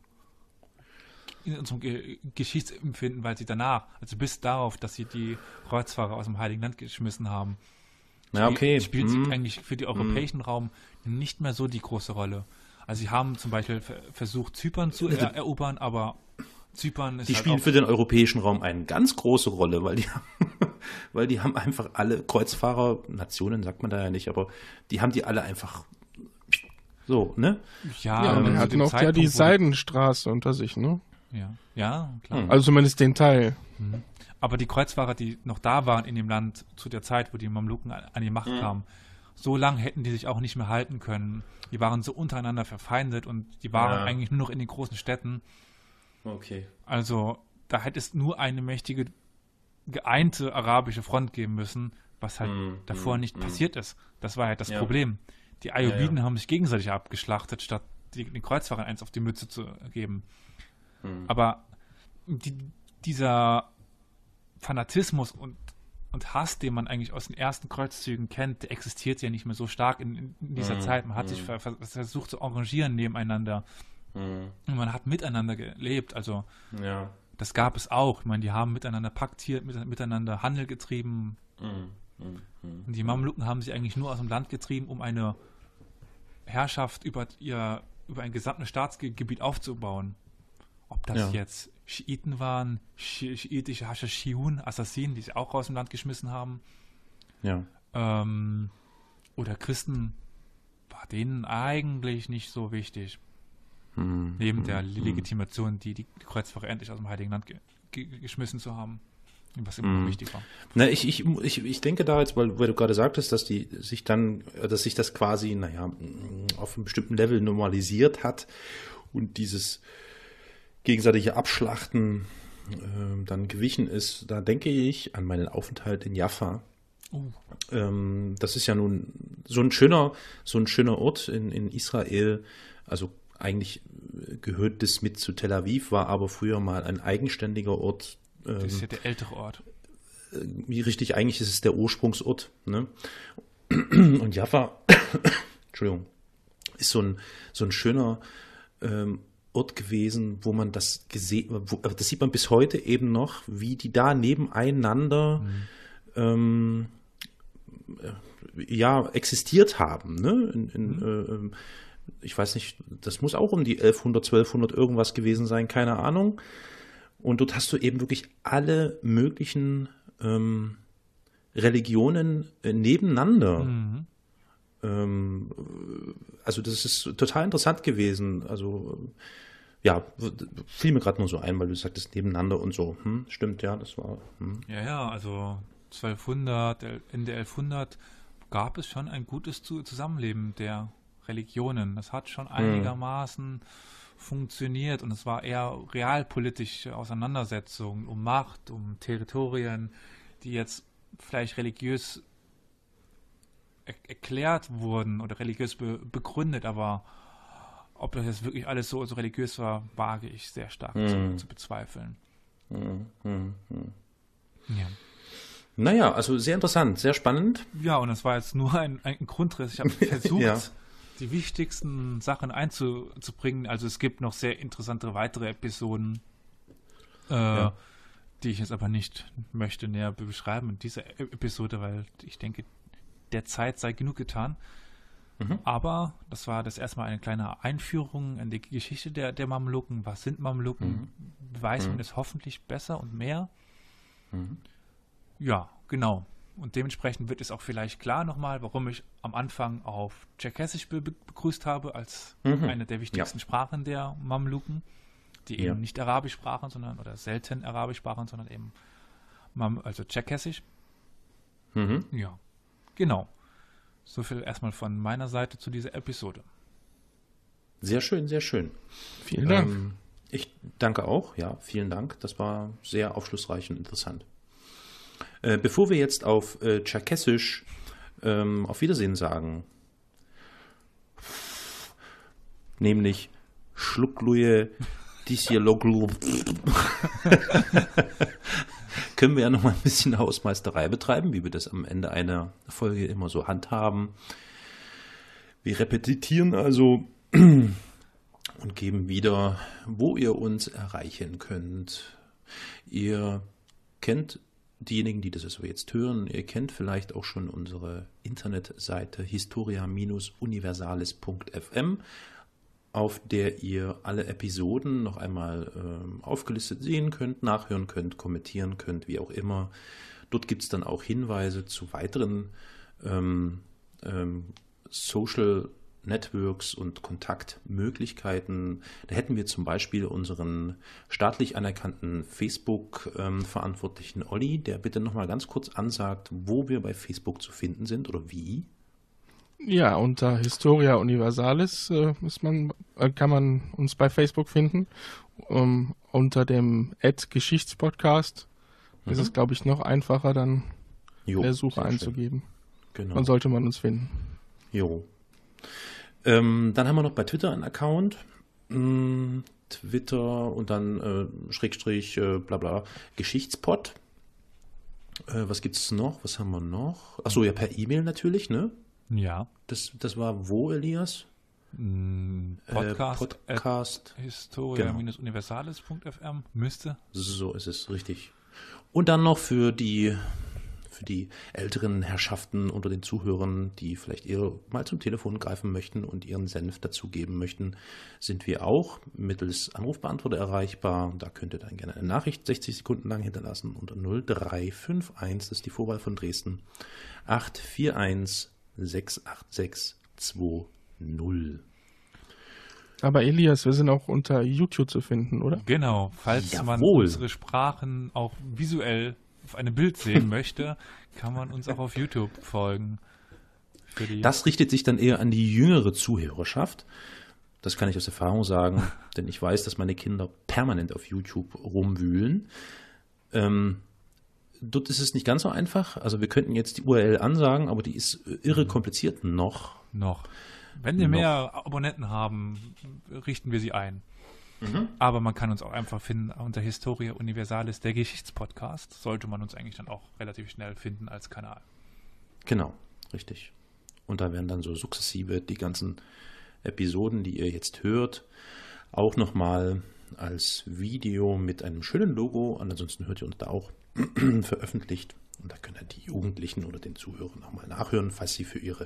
Geschichtsempfinden, weil sie danach, also bis darauf, dass sie die Kreuzfahrer aus dem Heiligen Land geschmissen haben, Ja, okay. spielt sie Mhm. eigentlich für den europäischen Raum nicht mehr so die große Rolle. Also sie haben zum Beispiel versucht, Zypern zu erobern, aber Zypern ist Die halt spielen auch, für den europäischen Raum eine ganz große Rolle, weil die haben einfach alle Kreuzfahrer, Nationen sagt man da ja nicht, aber die haben die alle einfach so, ne? ja, Ja, und zu wir hatten dem auch ja die Zeitpunkt, wo Seidenstraße unter sich, ne? ja, klar. Mhm. Also zumindest den Teil. Aber die Kreuzfahrer, die noch da waren in dem Land zu der Zeit, wo die Mamluken an die Macht kamen, so lange hätten die sich auch nicht mehr halten können. Die waren so untereinander verfeindet und die waren Ja. eigentlich nur noch in den großen Städten. Okay. Also da hätte es nur eine mächtige, geeinte arabische Front geben müssen, was halt davor nicht passiert ist. Das war halt das Ja. Problem. Die Ayyubiden Ja. haben sich gegenseitig abgeschlachtet, statt den Kreuzfahrern eins auf die Mütze zu geben. Aber dieser Fanatismus und Hass, den man eigentlich aus den ersten Kreuzzügen kennt, der existiert ja nicht mehr so stark in dieser Zeit. Man hat sich versucht zu arrangieren nebeneinander. Und man hat miteinander gelebt. Also Ja. das gab es auch. Ich meine, die haben miteinander paktiert, miteinander Handel getrieben. Und die Mamluken haben sich eigentlich nur aus dem Land getrieben, um eine Herrschaft über ein gesamtes Staatsgebiet aufzubauen. Ob das Ja. jetzt Schiiten waren, schiitische Hashashiun, Assassinen, die sich auch aus dem Land geschmissen haben, Ja. oder Christen, war denen eigentlich nicht so wichtig. Neben der Legitimation, die Kreuzfahrer endlich aus dem Heiligen Land geschmissen zu haben. Was immer noch wichtig war. Na, ich denke da jetzt, weil du gerade sagtest, dass sich das quasi, auf einem bestimmten Level normalisiert hat und dieses gegenseitige Abschlachten dann gewichen ist, da denke ich an meinen Aufenthalt in Jaffa. Das ist ja nun so ein schöner Ort in Israel, also eigentlich gehört das mit zu Tel Aviv, war aber früher mal ein eigenständiger Ort. Das ist ja der ältere Ort. Wie richtig, eigentlich ist es der Ursprungsort. Ne? Und Jaffa, Entschuldigung, ist so ein schöner Ort gewesen, wo man das gesehen, das sieht man bis heute eben noch, wie die da nebeneinander existiert haben. Ne? Ich weiß nicht, das muss auch um die 1100, 1200 irgendwas gewesen sein, keine Ahnung. Und dort hast du eben wirklich alle möglichen Religionen nebeneinander. Also das ist total interessant gewesen. Also ja, fiel mir gerade nur so ein, weil du sagtest nebeneinander und so. Stimmt, ja, das war. Ja, also 1200, Ende 1100 gab es schon ein gutes Zusammenleben der Religionen. Das hat schon einigermaßen funktioniert und es war eher realpolitische Auseinandersetzungen um Macht, um Territorien, die jetzt vielleicht religiös erklärt wurden oder religiös begründet, aber ob das jetzt wirklich alles so religiös war, wage ich sehr stark zu bezweifeln. Ja. Naja, also sehr interessant, sehr spannend. Ja, und das war jetzt nur ein Grundriss. Ich habe versucht, Ja. die wichtigsten Sachen einzubringen. Also es gibt noch sehr interessante weitere Episoden, die ich jetzt aber nicht möchte näher beschreiben in dieser Episode, weil ich denke, der Zeit sei genug getan. Aber das war das erstmal eine kleine Einführung in die Geschichte der Mamluken. Was sind Mamluken? Weiß man es hoffentlich besser und mehr? Ja, genau. Und dementsprechend wird es auch vielleicht klar nochmal, warum ich am Anfang auf Tscherkessisch begrüßt habe, als eine der wichtigsten Sprachen der Mamluken, die eben nicht Arabisch sprachen, oder selten Arabisch sprachen, sondern eben also Tscherkessisch. Ja, genau. So viel erstmal von meiner Seite zu dieser Episode. Sehr schön, sehr schön. Vielen Dank. Ich danke auch, ja, vielen Dank. Das war sehr aufschlussreich und interessant. Bevor wir jetzt auf Tscherkessisch auf Wiedersehen sagen, nämlich Schluckluje Disjeloglu, können wir ja noch mal ein bisschen Hausmeisterei betreiben, wie wir das am Ende einer Folge immer so handhaben. Wir repetieren also und geben wieder, wo ihr uns erreichen könnt. Ihr kennt diejenigen, die das also jetzt hören, ihr kennt vielleicht auch schon unsere Internetseite historia-universalis.fm, auf der ihr alle Episoden noch einmal aufgelistet sehen könnt, nachhören könnt, kommentieren könnt, wie auch immer. Dort gibt es dann auch Hinweise zu weiteren Social Networks und Kontaktmöglichkeiten. Da hätten wir zum Beispiel unseren staatlich anerkannten Facebook-Verantwortlichen Olli, der bitte nochmal ganz kurz ansagt, wo wir bei Facebook zu finden sind oder wie. Ja, unter Historia Universalis kann man uns bei Facebook finden. Unter dem @Geschichtspodcast ist es, glaube ich, noch einfacher, dann in der Suche einzugeben. Genau. Dann sollte man uns finden. Jo. Dann haben wir noch bei Twitter einen Account. Twitter und dann Schrägstrich blabla Geschichtspod. Was gibt es noch? Was haben wir noch? Achso, ja, per E-Mail natürlich, ne? Ja. Das war wo, Elias? Podcast. Historia-universalis.fm müsste. So ist es, richtig. Und dann noch für die älteren Herrschaften unter den Zuhörern, die vielleicht eher mal zum Telefon greifen möchten und ihren Senf dazugeben möchten, sind wir auch mittels Anrufbeantworter erreichbar. Da könnt ihr dann gerne eine Nachricht 60 Sekunden lang hinterlassen unter 0351, das ist die Vorwahl von Dresden, 841 686 20. Aber Elias, wir sind auch unter YouTube zu finden, oder? Genau, falls man unsere Sprachen auch visuell auf einem Bild sehen möchte, kann man uns auch auf YouTube folgen. Das richtet sich dann eher an die jüngere Zuhörerschaft. Das kann ich aus Erfahrung sagen, denn ich weiß, dass meine Kinder permanent auf YouTube rumwühlen. Dort ist es nicht ganz so einfach. Also wir könnten jetzt die URL ansagen, aber die ist irre kompliziert noch. Wenn wir mehr Abonnenten haben, richten wir sie ein. Aber man kann uns auch einfach finden unter Historia Universalis, der Geschichtspodcast. Sollte man uns eigentlich dann auch relativ schnell finden als Kanal. Genau, richtig. Und da werden dann so sukzessive die ganzen Episoden, die ihr jetzt hört, auch nochmal als Video mit einem schönen Logo, ansonsten hört ihr uns da auch veröffentlicht. Und da können die Jugendlichen oder den Zuhörern nochmal nachhören, falls sie für ihre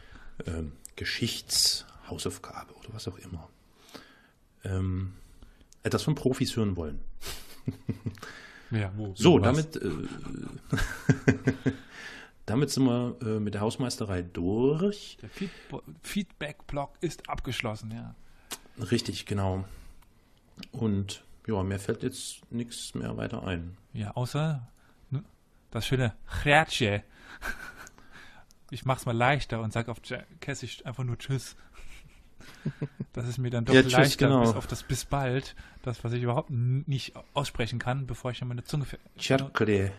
Geschichtshausaufgabe oder was auch immer etwas von Profis hören wollen. Ja, so, damit sind wir mit der Hausmeisterei durch. Der Feedback-Block ist abgeschlossen, ja. Richtig, genau. Und ja, mir fällt jetzt nichts mehr weiter ein. Ja, außer das schöne Chrätsche. Ich mach's mal leichter und sag auf Tscherkessisch einfach nur Tschüss. Das ist mir dann doch tschüss, leichter, genau. bis auf das bis bald, das, was ich überhaupt nicht aussprechen kann, bevor ich meine Zunge... Tscherklje.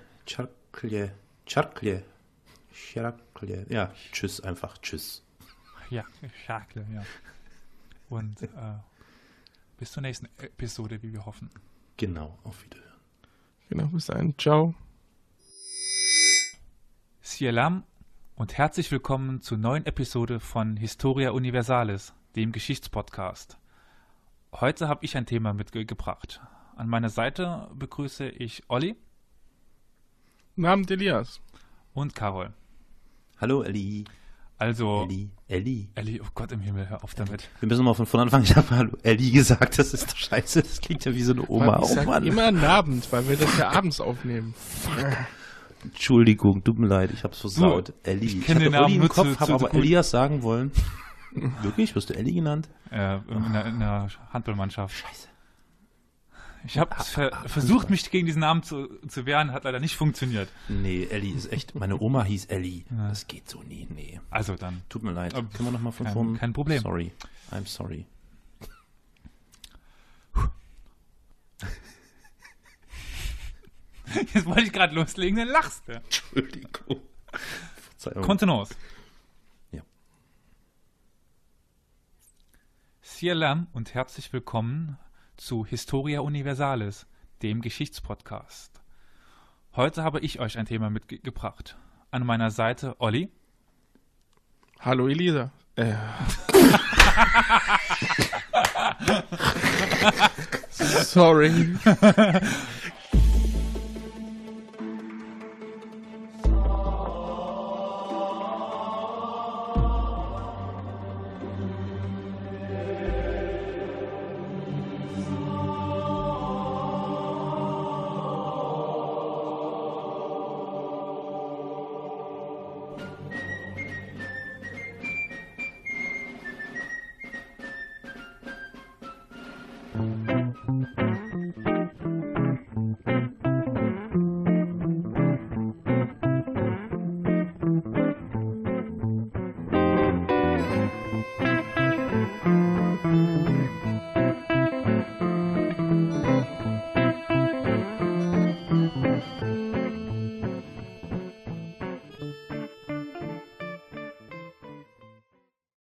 Ja, tschüss, einfach tschüss. Ja, Tscherkle, ja. Und bis zur nächsten Episode, wie wir hoffen. Genau, auf Wiederhören. Genau, bis dahin. Ciao. Sielam und herzlich willkommen zur neuen Episode von Historia Universalis, dem Geschichtspodcast. Heute habe ich ein Thema mitgebracht. An meiner Seite begrüße ich Olli. Guten Abend, Elias. Und Carol. Hallo, Elli. Also. Elli. Elli, oh Gott im Himmel, hör auf damit. Wir müssen mal von vorne anfangen. Ich habe Hallo Elli gesagt, das ist doch scheiße. Das klingt ja wie so eine Oma. Ich sag immer einen Abend, weil wir das ja abends aufnehmen. Entschuldigung, tut mir leid, ich hab's versaut. Elli. Ich kenne den Namen Olli im nur Kopf, habe aber Elias sagen wollen. Wirklich? Wirst du Elli genannt? In der Handballmannschaft. Scheiße. Ich habe versucht, mich gegen diesen Namen zu wehren, hat leider nicht funktioniert. Nee, Elli ist echt. Meine Oma hieß Elli. Ja. Das geht so nie, nee. Also dann. Tut mir leid. Können wir nochmal von vorne? Kein Problem. Sorry. I'm sorry. Jetzt wollte ich gerade loslegen, dann lachst du. Entschuldigung. Verzeihung. Kontenance. Ja. Salam und herzlich willkommen zu Historia Universalis, dem Geschichtspodcast. Heute habe ich euch ein Thema mitgebracht. An meiner Seite Olli. Hallo Elisa. Sorry.